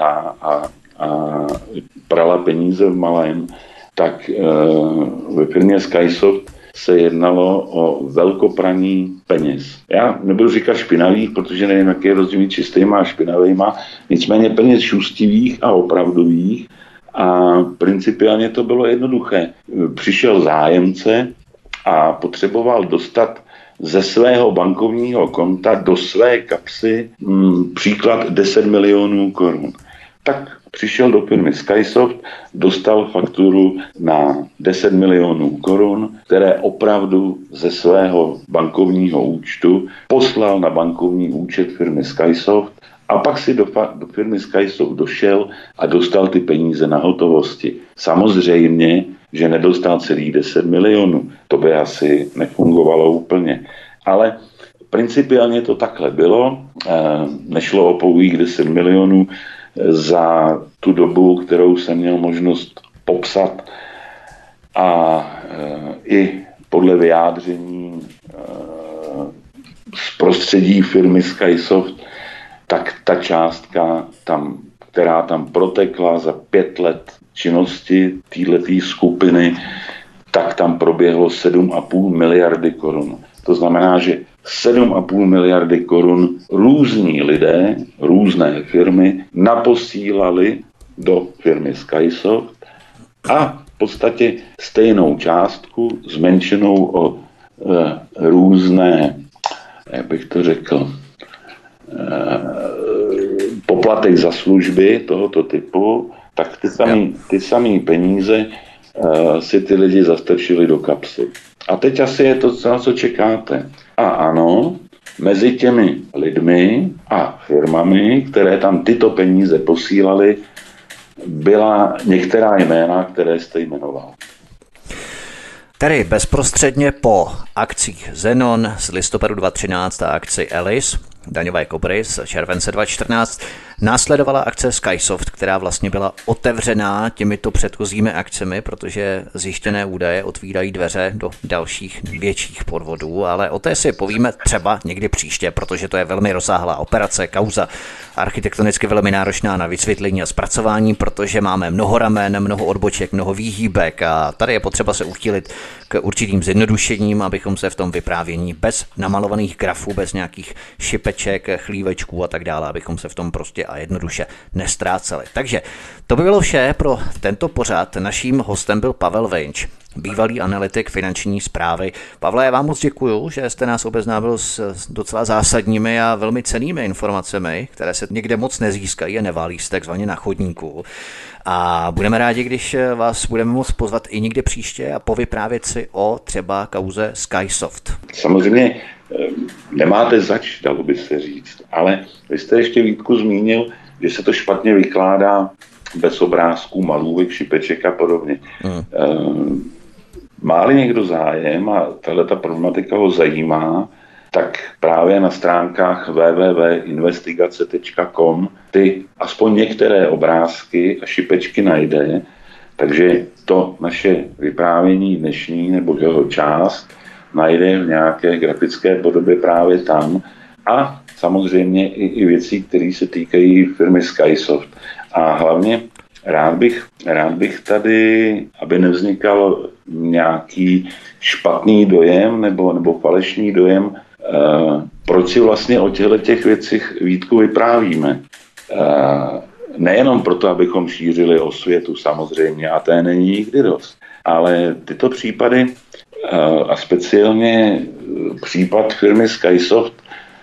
a prala peníze v malém, tak ve firmě Skysoft se jednalo o velkopraní peněz. Já nebudu říkat špinavých, protože nevím, jaký je rozdíl čistýma a špinavýma, nicméně peněz šustivých a opravdových, a principiálně to bylo jednoduché. Přišel zájemce a potřeboval dostat ze svého bankovního konta do své kapsy příklad 10 milionů korun. Tak přišel do firmy Skysoft, dostal fakturu na 10 milionů korun, které opravdu ze svého bankovního účtu poslal na bankovní účet firmy Skysoft, a pak si do firmy Skysoft došel a dostal ty peníze na hotovosti. Samozřejmě, že nedostal celých 10 milionů. To by asi nefungovalo úplně. Ale principiálně to takhle bylo. Nešlo o pouhých 10 milionů za tu dobu, kterou jsem měl možnost popsat, a i podle vyjádření z prostředí firmy Skysoft tak ta částka, která tam protekla za 5 let činnosti této skupiny, tak tam proběhlo 7,5 miliardy korun. To znamená, že 7,5 miliardy korun různí lidé, různé firmy naposílali do firmy Skysoft a v podstatě stejnou částku zmenšenou o různé, jak bych to řekl, poplatek za služby tohoto typu, tak ty samé peníze si ty lidi zastrčili do kapsy. A teď asi je to, na co čekáte. A ano, mezi těmi lidmi a firmami, které tam tyto peníze posílali, byla některá jména, které jste jmenoval. Tedy bezprostředně po akcích Zenon z listopadu 2013 a akci Alice, daňové kobry z července 2014, následovala akce Skysoft, která vlastně byla otevřená těmito předchozími akcemi, protože zjištěné údaje otvírají dveře do dalších větších podvodů, ale o té si povíme třeba někdy příště, protože to je velmi rozsáhlá operace, kauza, architektonicky velmi náročná na vysvětlení a zpracování, protože máme mnoho ramen, mnoho odboček, mnoho výhýbek a tady je potřeba se uchýlit k určitým zjednodušením, abychom se v tom vyprávění bez namalovaných grafů, bez nějakých šipeček, chlívečků a tak dále, abychom se v tom prostě a jednoduše nestráceli. Takže to by bylo vše pro tento pořad. Naším hostem byl Pavel Vinč, bývalý analytik finanční správy. Pavle, já vám moc děkuju, že jste nás obeznámil s docela zásadními a velmi cennými informacemi, které se někde moc nezískají a neválí se takzvaně na chodníku. A budeme rádi, když vás budeme moct pozvat i někde příště a povyprávět si o třeba kauze Skysoft. Samozřejmě nemáte zač, dalo by se říct, ale vy jste ještě, Vítku, zmínil, že se to špatně vykládá bez obrázků, malůvek, šipeček a podobně. Má-li někdo zájem a tato problematika ho zajímá, tak právě na stránkách www.investigace.com ty aspoň některé obrázky a šipečky najde, takže to naše vyprávění dnešní nebo jeho část najde v nějaké grafické podobě právě tam a samozřejmě i věcí, které se týkají firmy Skysoft. A hlavně rád bych tady, aby nevznikal nějaký špatný dojem nebo falešný dojem, proč si vlastně o těchto věcech, Vítku, vyprávíme. Nejenom proto, abychom šířili osvětu samozřejmě, a té není nikdy dost, ale tyto případy a speciálně případ firmy Skysoft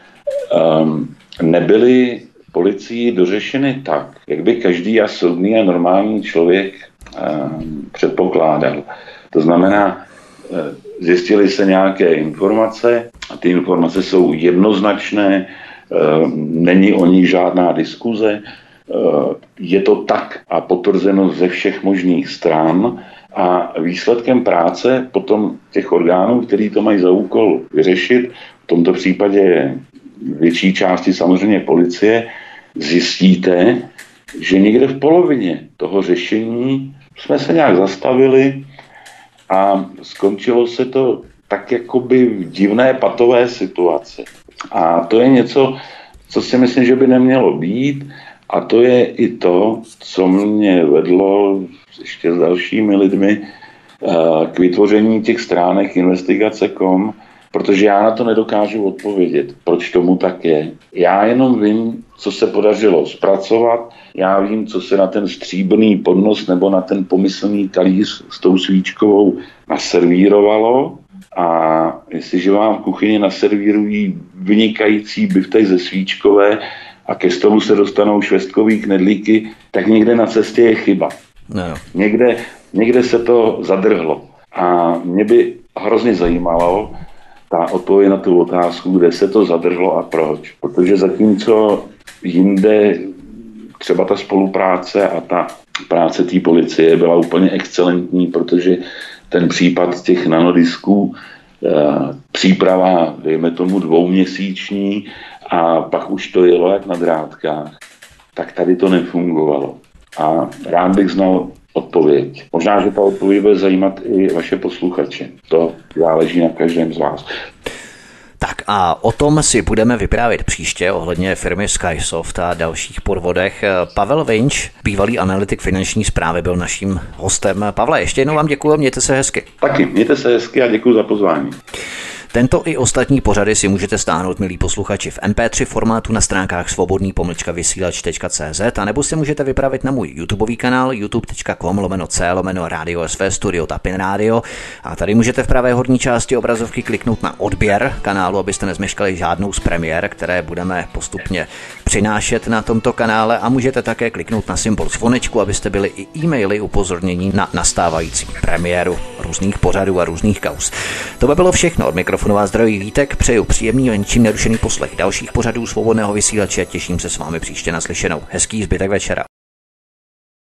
nebyly policií dořešeny tak, jak by každý a soudný a normální člověk předpokládal. To znamená, zjistily se nějaké informace a ty informace jsou jednoznačné, není o nich žádná diskuze, je to tak a potvrzeno ze všech možných stran a výsledkem práce potom těch orgánů, který to mají za úkol vyřešit, v tomto případě větší části samozřejmě policie, zjistíte, že někde v polovině toho řešení jsme se nějak zastavili a skončilo se to tak jakoby v divné patové situaci. A to je něco, co si myslím, že by nemělo být, a to je i to, co mě vedlo ještě s dalšími lidmi k vytvoření těch stránek investigace.com, protože já na to nedokážu odpovědět, proč tomu tak je. Já jenom vím, co se podařilo zpracovat, já vím, co se na ten stříbrný podnos nebo na ten pomyslný talíř s tou svíčkovou naservírovalo, a jestliže vám v kuchyni naservírují vynikající biftej ze svíčkové a ke stolu se dostanou švestkový knedlíky, tak někde na cestě je chyba. No. Někde se to zadrhlo. A mě by hrozně zajímalo ta odpověď na tu otázku, kde se to zadrhlo a proč. Protože zatímco jinde třeba ta spolupráce a ta práce té policie byla úplně excelentní, protože ten případ těch nanodisků, příprava, dejme tomu 2měsíční, a pak už to jelo jak na drátkách, tak tady to nefungovalo. A rád bych znal odpověď. Možná, že ta odpověď bude zajímat i vaše posluchače. To záleží na každém z vás. Tak A o tom si budeme vyprávět příště ohledně firmy Skysoft a dalších podvodech. Pavel Vinč, bývalý analytik finanční správy, byl naším hostem. Pavle, ještě jednou vám děkuji, mějte se hezky. Taky, mějte se hezky a děkuji za pozvání. Tento i ostatní pořady si můžete stáhnout, milí posluchači, v MP3 formátu na stránkách svobodný-vysílač.cz a nebo si můžete vypravit na můj YouTubeový kanál youtube.com/c/Radio SV Studio Tapin Radio a tady můžete v pravé horní části obrazovky kliknout na odběr kanálu, abyste nezmeškali žádnou z premiér, které budeme postupně přinášet na tomto kanále a můžete také kliknout na symbol zvonečku, abyste byli i e-maily upozornění na nastávající premiéru různých pořadů a různých kauz. To by bylo všechno od mikrofonu vás zdraví Vítek, přeju příjemný a ničím nerušený poslech dalších pořadů Svobodného vysílače a těším se s vámi příště naslyšenou. Hezký zbytek večera.